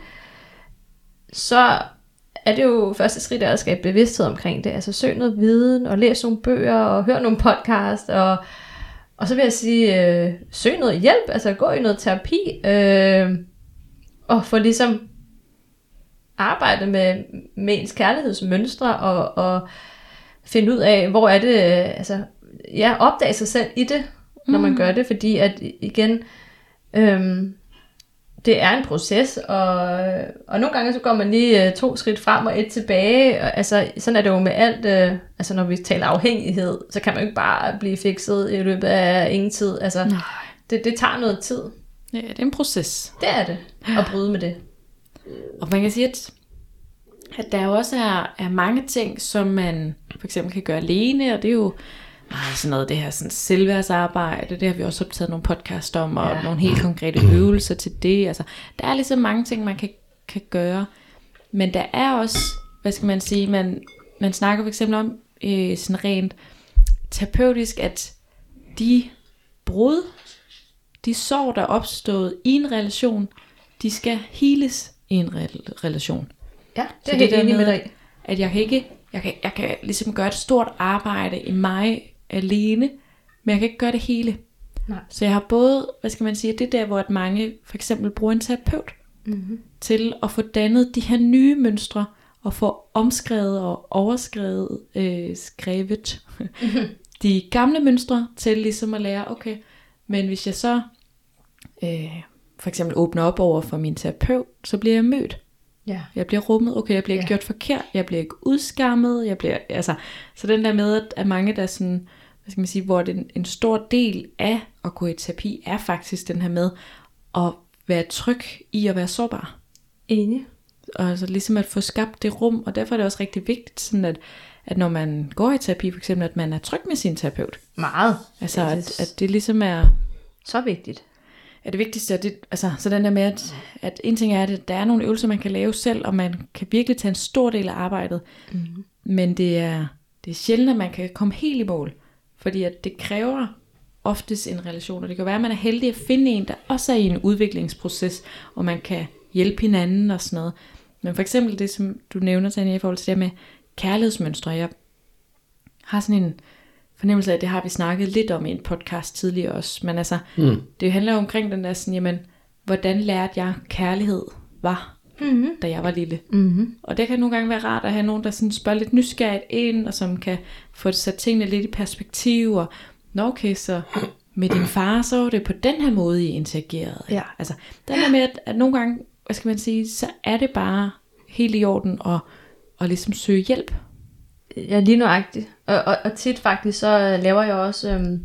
så er det jo første skridt at skabe bevidsthed omkring det. Altså søg noget viden, og læs nogle bøger, og hør nogle podcast, og, og så vil jeg sige, øh, søg noget hjælp, altså gå i noget terapi, øh, og få ligesom arbejde med, med ens kærlighedsmønstre, og, og finde ud af, hvor er det, altså, ja, opdage sig selv i det, når man mm. gør det, fordi at, igen, øhm, det er en proces, og, og nogle gange så går man lige uh, to skridt frem og et tilbage, og, altså, sådan er det jo med alt, uh, altså når vi taler afhængighed, så kan man jo ikke bare blive fikset i løbet af ingen tid, altså, det, det tager noget tid. Ja, det er en proces. Det er det, at bryde med det. Og man kan sige, at at der jo også er, er mange ting, som man for eksempel kan gøre alene, og det er jo meget sådan noget, det her sådan selvværdsarbejde, det har vi også optaget nogle podcast om, og ja. nogle helt konkrete øvelser til det. Altså, der er ligesom mange ting, man kan, kan gøre, men der er også, hvad skal man sige, man, man snakker for eksempel om øh, sådan rent terapeutisk, at de brud, de sår, der er opstået i en relation, de skal heales i en re- relation. Ja, det er helt enig med dig. At jeg kan ikke, jeg kan, jeg kan ligesom gøre et stort arbejde i mig alene, men jeg kan ikke gøre det hele. Nej. Så jeg har både, hvad skal man sige, det der, hvor at mange for eksempel bruger en terapeut, mm-hmm. til at få dannet de her nye mønstre, og få omskrevet og overskrevet, øh, skrevet mm-hmm. de gamle mønstre, til ligesom at lære, okay, men hvis jeg så øh, for eksempel åbner op over for min terapeut, så bliver jeg mødt. Ja. Jeg bliver rummet, okay, jeg bliver ikke ja. gjort forkert, jeg bliver ikke udskammet, jeg bliver, altså, så den der med, at mange der sådan, hvad skal man sige, hvor det en, en stor del af at gå i terapi, er faktisk den her med, at være tryg i at være sårbar. Enig. Og altså ligesom at få skabt det rum, og derfor er det også rigtig vigtigt, sådan at, at når man går i terapi, for eksempel, at man er tryg med sin terapeut. Meget. Altså, at, at det ligesom er så vigtigt. Er det vigtigste, at det, altså, så den der med, at, at en ting er, at der er nogle øvelser, man kan lave selv, og man kan virkelig tage en stor del af arbejdet, mm-hmm. men det er, det er sjældent, at man kan komme helt i mål, fordi at det kræver oftest en relation, og det kan være, at man er heldig at finde en, der også er i en udviklingsproces, og man kan hjælpe hinanden og sådan noget. Men for eksempel det, som du nævner, Tanja, i forhold til det med kærlighedsmønstre, jeg har sådan en fornemmelse af, at det har vi snakket lidt om i en podcast tidligere også, men altså, mm. det handler jo omkring den der sådan, jamen, hvordan lærte jeg kærlighed var, mm-hmm. da jeg var lille. Mm-hmm. Og det kan nogle gange være rart at have nogen, der sådan spørger lidt nysgerrigt ind, og som kan få sat tingene lidt i perspektiv, og nå okay, så med din far, så var det på den her måde, I interagerede. Ja. Altså, den der med, at, at nogle gange, hvad skal man sige, så er det bare helt i orden at, at ligesom søge hjælp. Ja, lige nøjagtigt. Og, og, og tit faktisk, så laver jeg også øhm,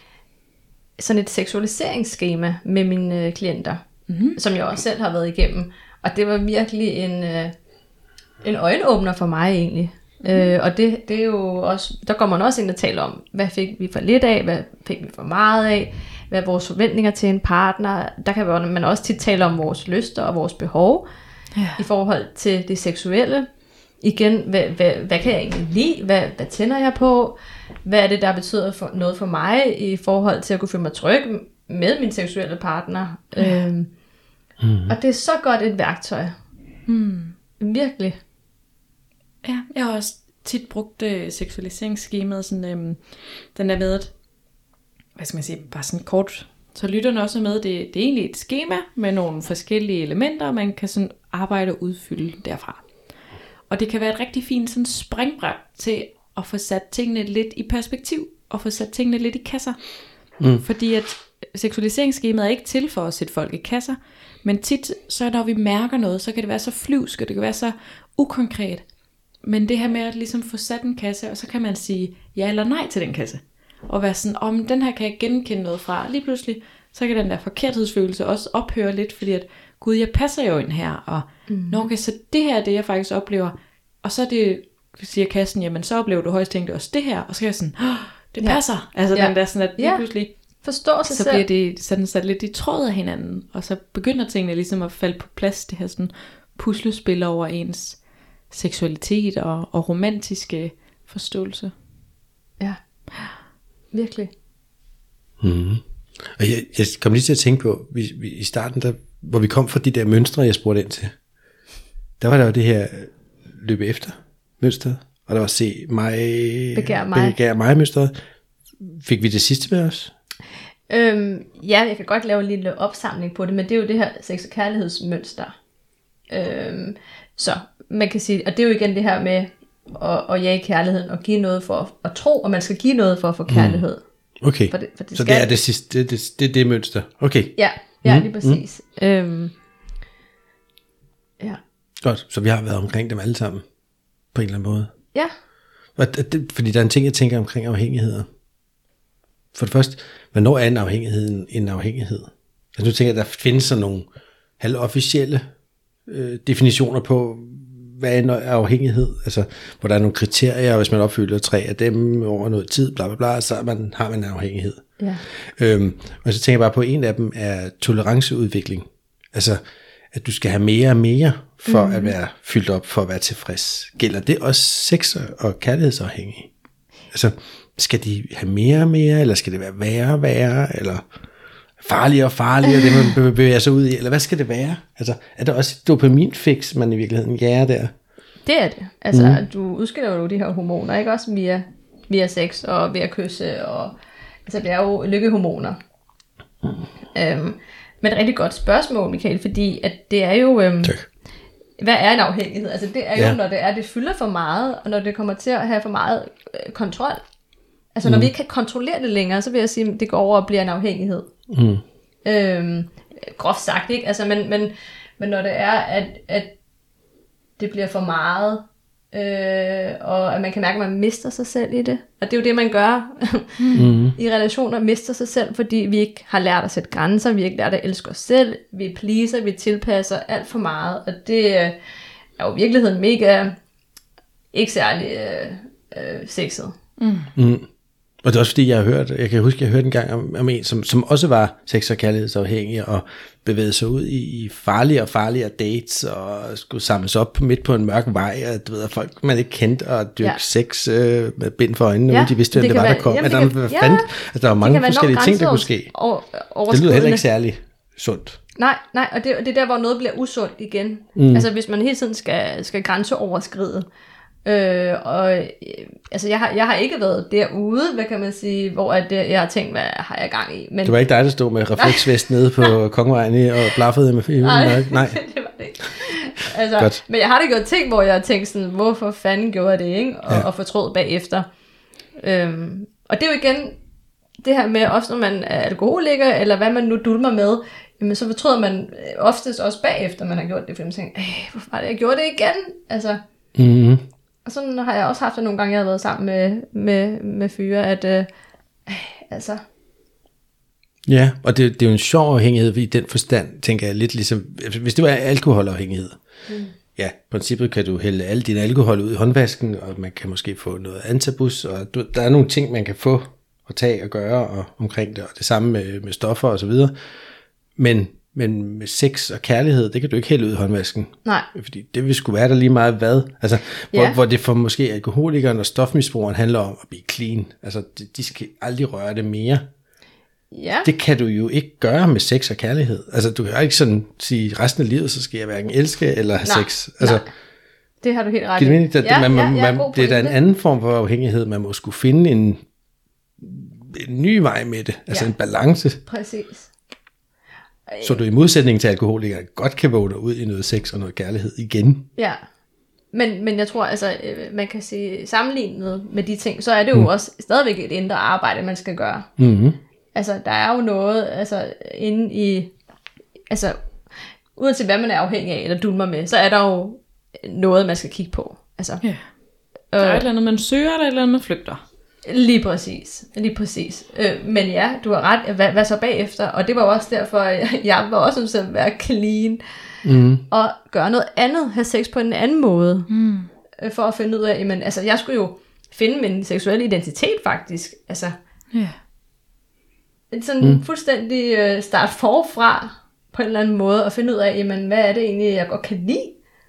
sådan et seksualiseringsskema med mine øh, klienter, mm-hmm. som jeg også selv har været igennem. Og det var virkelig en, øh, en øjenåbner for mig egentlig. Mm. Øh, og det, det er jo også, der går man også ind og taler om, hvad fik vi for lidt af, hvad fik vi for meget af, hvad er vores forventninger til en partner. Der kan man også tit tale om vores lyster og vores behov, ja. I forhold til det seksuelle. Igen, hvad, hvad, hvad kan jeg egentlig lide? Hvad, hvad tænder jeg på? Hvad er det, der betyder for, noget for mig i forhold til at kunne føle mig tryg med min seksuelle partner? Ja. Øhm, mm. Og det er så godt et værktøj. Mm. Virkelig. Ja, jeg har også tit brugt øh, seksualiseringsskemaet, sådan, øh, den der med, at, hvad skal man sige, bare sådan kort, så lytterne også med, det, det er egentlig et skema med nogle forskellige elementer, man kan sådan arbejde og udfylde derfra. Og det kan være et rigtig fint sådan springbræt til at få sat tingene lidt i perspektiv, og få sat tingene lidt i kasser. Mm. Fordi at seksualiseringsskemaet er ikke til for at sætte folk i kasser, men tit, så når vi mærker noget, så kan det være så flyvsk, og det kan være så ukonkret. Men det her med at ligesom få sat en kasse, og så kan man sige ja eller nej til den kasse. Og være sådan, om oh, den her kan jeg genkende noget fra. Lige pludselig, så kan den der forkerthedsfølelse også ophøre lidt, fordi at, gud, jeg passer jo ind her, og mm. nå, okay, så det her er det, jeg faktisk oplever. Og så er det, siger kassen, jamen så oplever du højst tænkt også det her, og så er jeg sådan, oh, det passer. Ja. Altså ja. Den der sådan, at lige ja. Pludselig, forstår sig så selv. bliver det sådan sat lidt i tråd af hinanden, og så begynder tingene ligesom at falde på plads, det her sådan puslespil over ens seksualitet og, og romantiske forståelse. Ja, virkelig. Mm. Og jeg, jeg kom lige til at tænke på, vi, vi, i starten, der, hvor vi kom fra de der mønstre, jeg spurgte ind til, der var der jo det her løbe efter mønstret, og der var se mig, begær mig, begær mig mønstret. Fik vi det sidste med os? Øhm, ja, jeg kan godt lave en lille opsamling på det, men det er jo det her sex- og kærlighedsmønster. Øhm, så man kan sige, og det er jo igen det her med at, at jage kærligheden, og give noget for at, at tro, og man skal give noget for at få kærlighed. Mm. Okay, for det, for det så det er det sidste, det, det, det, det mønster. Okay. Ja, ja, lige præcis. Mm. Øhm, ja. Godt, så vi har været omkring dem alle sammen, på en eller anden måde. Ja. Og det, fordi der er en ting, jeg tænker omkring afhængigheder. For det første, hvornår er en afhængighed en, en afhængighed? Altså nu tænker jeg, at der findes sådan nogle halvofficielle øh, definitioner på, hvad er en afhængighed? Altså, hvor der er nogle kriterier, og hvis man opfylder tre af dem over noget tid, bla bla bla, så man, har man en afhængighed. Ja. Øhm, og så tænker jeg bare på, at en af dem er toleranceudvikling. Altså, at du skal have mere og mere, for mm. at være fyldt op, for at være tilfreds. Gælder det også sex- og kærlighedsafhængige? Altså, skal de have mere og mere, eller skal det være værre og værre, eller farligere og farligere, det man bevæger sig ud i, eller hvad skal det være? Altså, er der også et dopaminfix, man i virkeligheden jager der? Det er det. Altså, mm. du udskiller jo de her hormoner, ikke også via, via sex og ved at kysse, og altså, det er jo lykkehormoner. Mm. Øhm, men et rigtig godt spørgsmål, Michael, fordi at det er jo, øhm, hvad er en afhængighed? Altså, det er jo, ja. Når det er, det fylder for meget, og når det kommer til at have for meget øh, kontrol. Altså, når mm. vi ikke kan kontrollere det længere, så vil jeg sige, at det går over og bliver en afhængighed. Mm. Øhm, groft sagt, ikke? Altså, men, men, men når det er, at, at det bliver for meget, øh, og at man kan mærke, at man mister sig selv i det. Og det er jo det, man gør mm. i relationer, mister sig selv, fordi vi ikke har lært at sætte grænser, vi har ikke lært at elske os selv, vi pleaser, vi tilpasser alt for meget, og det er jo i virkeligheden mega, ikke særlig øh, øh, sexet. Mm. Mm. Og det er også fordi, jeg har hørt, jeg kan huske, jeg hørte en gang om, om en, som, som også var sex- og kærlighedsafhængig, og bevægede sig ud i, i farligere og farligere dates, og skulle samles op midt på en mørk vej, og du ved, folk man ikke kendte, og dyrke ja. sex øh, med bind for øjnene, ja, uden de vidste, hvem det, det var, være, der kom. Jamen, det kan, ja, altså, der var mange forskellige ting, der kunne ske. Over, det lyder heller ikke særlig sundt. Nej, nej, og det, det er der, hvor noget bliver usundt igen. Mm. Altså, hvis man hele tiden skal, skal grænseoverskride, Øh, og øh, altså jeg har, jeg har ikke været derude, hvad kan man sige, hvor at, jeg har tænkt, hvad har jeg gang i. Men... Det var ikke dig, der stod med refleksvest nede på Kongevejen og blaffede med filmen? Nej, nej. det var det ikke. Altså, men jeg har da gjort ting, hvor jeg har tænkt sådan, hvorfor fanden gjorde jeg det, ikke? Og, ja. og fortrød bagefter. Øhm, og det er jo igen det her med, også når man er alkoholiker, eller hvad man nu dulmer med, jamen så fortryder man oftest også bagefter, man har gjort det, for man tænker, hvorfor var det, jeg gjorde det igen? Altså, mm-hmm. Og sådan har jeg også haft det nogle gange, jeg har været sammen med, med, med fyre, at øh, altså... Ja, og det, det er jo en sjov afhængighed, i den forstand, tænker jeg lidt ligesom, hvis det var alkoholafhængighed, mm. ja, i princippet kan du hælde alle dine alkohol ud i håndvasken, og man kan måske få noget antabus, og du, der er nogle ting, man kan få og tage og gøre og, omkring det, og det samme med, med stoffer og så videre, men, men med sex og kærlighed, det kan du ikke hælde ud i håndvasken. Nej. Fordi det vil sgu være der lige meget hvad, altså, hvor, ja. hvor det for måske alkoholikeren og stofmisbrugeren handler om at blive clean, altså de, de skal aldrig røre det mere. Ja. Det kan du jo ikke gøre med sex og kærlighed. Altså du kan jo ikke sådan sige, resten af livet, så skal jeg hverken elske eller have nej, sex. Altså, nej. Det har du helt ret i. Det, det, ja, man, ja, man, man, det er da en anden form for afhængighed. Man må skulle finde en, en ny vej med det. Altså ja. en balance. Præcis. Så du i modsætning til alkoholikere godt kan vågne ud i noget sex og noget kærlighed igen. Ja. Men, men jeg tror, altså, man kan sige, sammenlignet med de ting, så er det jo mm. også stadigvæk et indre arbejde, man skal gøre. Mm-hmm. Altså, der er jo noget, altså, inde i, altså, uanset hvad man er afhængig af, eller dulmer med, så er der jo noget, man skal kigge på. Altså, ja. Der er øh, et eller andet, man søger, eller et eller andet, man flygter. Lige præcis, lige præcis. Øh, men ja, du har ret, hvad, hvad så bagefter? Og det var også derfor, at jeg var også som at være clean, mm. og gøre noget andet, have sex på en anden måde, mm. for at finde ud af, jamen, altså, jeg skulle jo finde min seksuelle identitet faktisk, altså, ja. sådan mm. fuldstændig øh, start forfra på en eller anden måde, og finde ud af, jamen, hvad er det egentlig, jeg godt kan lide?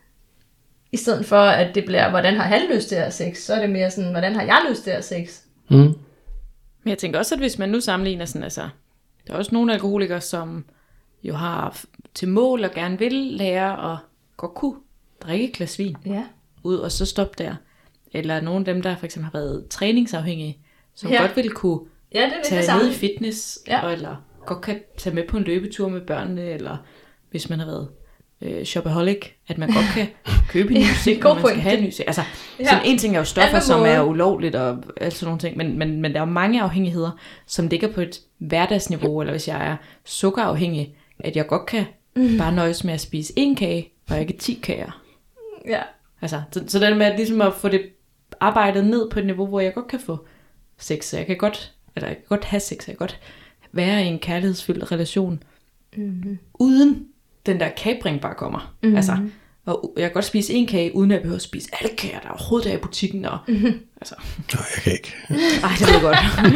I stedet for, at det bliver, hvordan har han lyst til at have sex, så er det mere sådan, hvordan har jeg lyst til at have sex? Mm. Men jeg tænker også, at hvis man nu sammenligner sådan, altså, der er også nogle alkoholikere, som jo har til mål og gerne vil lære at godt kunne drikke et glas vin ja. ud, og så stoppe der. Eller nogle af dem, der for eksempel har været træningsafhængige, som ja. godt vil kunne ja, det tage ned i fitness, ja. og, eller godt kan tage med på en løbetur med børnene, eller hvis man har været øh, shopaholic, at man godt kan købe en ny seng, og man skal have en ny seng. Altså, ja. sådan en ting er jo stoffer, som er ulovligt, og alt sådan nogle ting, men, men, men der er jo mange afhængigheder, som ligger på et hverdagsniveau, eller hvis jeg er sukkerafhængig, at jeg godt kan mm. bare nøjes med at spise en kage, og ikke ti kager. Ja. Altså, så, så det med at, ligesom at få det arbejdet ned på et niveau, hvor jeg godt kan få sex, så jeg kan godt, eller jeg kan godt have sex, jeg kan godt være i en kærlighedsfyldt relation, mm-hmm. uden den der kapring bare kommer. Mm-hmm. Altså, og jeg kan godt spise en kage, uden at jeg behøver at spise alle kager, der overhovedet er i butikken. Og, mm-hmm. altså. Nej, jeg kan ikke. Ej, det ved jeg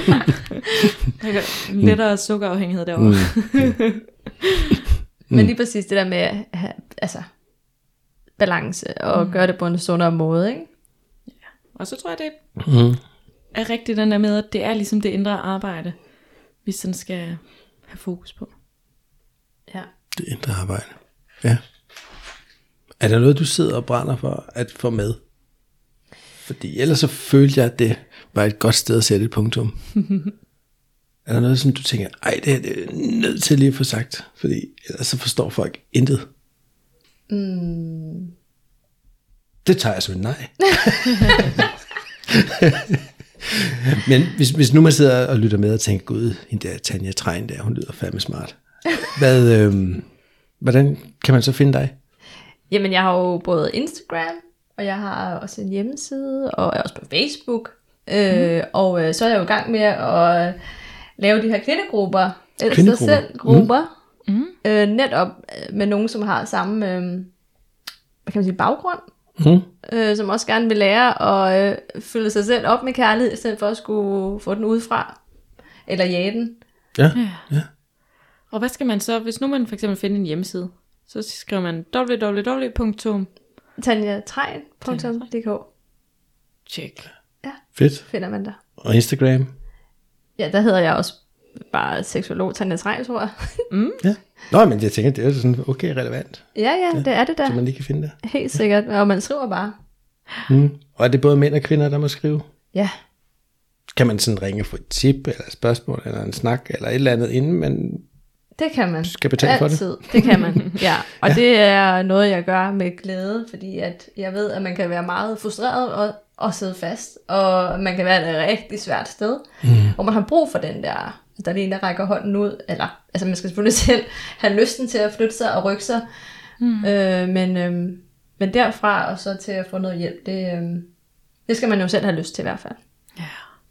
godt. Lettere sukkerafhængighed derovre. Mm. Men lige præcis det der med at have, altså, balance og mm. gøre det på en sundere måde, ikke? Ja. Og så tror jeg, det mm. er rigtigt den der med, at det er ligesom det indre arbejde, vi sådan skal have fokus på. Ja. Det indre arbejde. Ja. Er der noget, du sidder og brænder for at få med? Fordi ellers så følte jeg, at det var et godt sted at sætte et punktum. Er der noget, som du tænker, ej, det er det nødt til lige at få sagt, fordi ellers så forstår folk intet? Mm. Det tager jeg som en nej. Men hvis, hvis nu man sidder og lytter med og tænker, gud, hende der Tanja Trein der, hun lyder fandme smart. Hvad, øhm, hvordan kan man så finde dig? Jamen, jeg har jo både Instagram, og jeg har også en hjemmeside, og jeg er også på Facebook. Øh, mm. Og øh, så er jeg jo i gang med at lave de her kvindegrupper, eller sig selv grupper, mm. øh, netop med nogen, som har samme øh, hvad kan man sige, baggrund, mm. øh, som også gerne vil lære at øh, fylde sig selv op med kærlighed, i stedet for at skulle få den udefra, eller jage den. Ja, ja. Og hvad skal man så, hvis nu man for eksempel finder en hjemmeside, så skriver man w w w punktum tanja trein punktum d k. Check. Ja, fedt. Finder man der. Og Instagram? Ja, der hedder jeg også bare seksolog Tanja Trein, tror jeg. Mm. Ja. Nå, men jeg tænker, det er jo sådan okay relevant. Ja, ja, det er det der. Så man lige kan finde det. Helt sikkert, og man skriver bare. Mm. Og er det både mænd og kvinder, der må skrive? Ja. Kan man sådan ringe for et tip, eller et spørgsmål, eller en snak, eller et eller andet, inden man Det kan man. skal betale Altid. for det? Det kan man, ja. Og ja. det er noget, jeg gør med glæde, fordi at jeg ved, at man kan være meget frustreret og, og sidde fast, og man kan være et rigtig svært sted, mm. hvor man har brug for den der, der er en, der rækker hånden ud, eller altså man skal selvfølgelig selv have lysten til at flytte sig og rykke sig, mm. øh, men, øh, men derfra og så til at få noget hjælp, det, øh, det skal man jo selv have lyst til i hvert fald. Ja.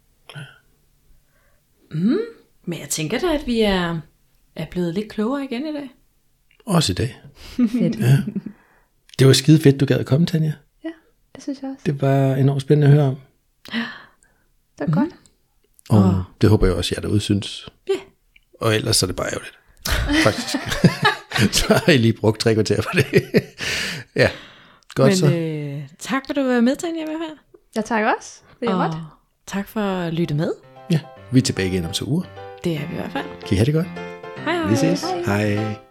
Mm, men jeg tænker da, at vi er, er blevet lidt klogere igen i dag. Også i dag. Fedt. Ja. Det var skide fedt, du gad at komme, Tanja. Ja, det synes jeg også. Det var enormt spændende at høre om. Ja, det var mm. godt. Og oh. det håber jeg også, jer derude synes. Ja. Yeah. Og ellers er det bare ærgerligt. Faktisk. Så har I lige brugt tre kvarter for det. Ja, godt men, så. Øh, tak for, at du var med, Tanja, med her. Jeg takker også. Det er og godt. Tak for at lytte med. Ja, vi er tilbage igen om to uger. Det er vi i hvert fald. Kan I have det godt? Hej hej. Vi ses. Hej. Hej.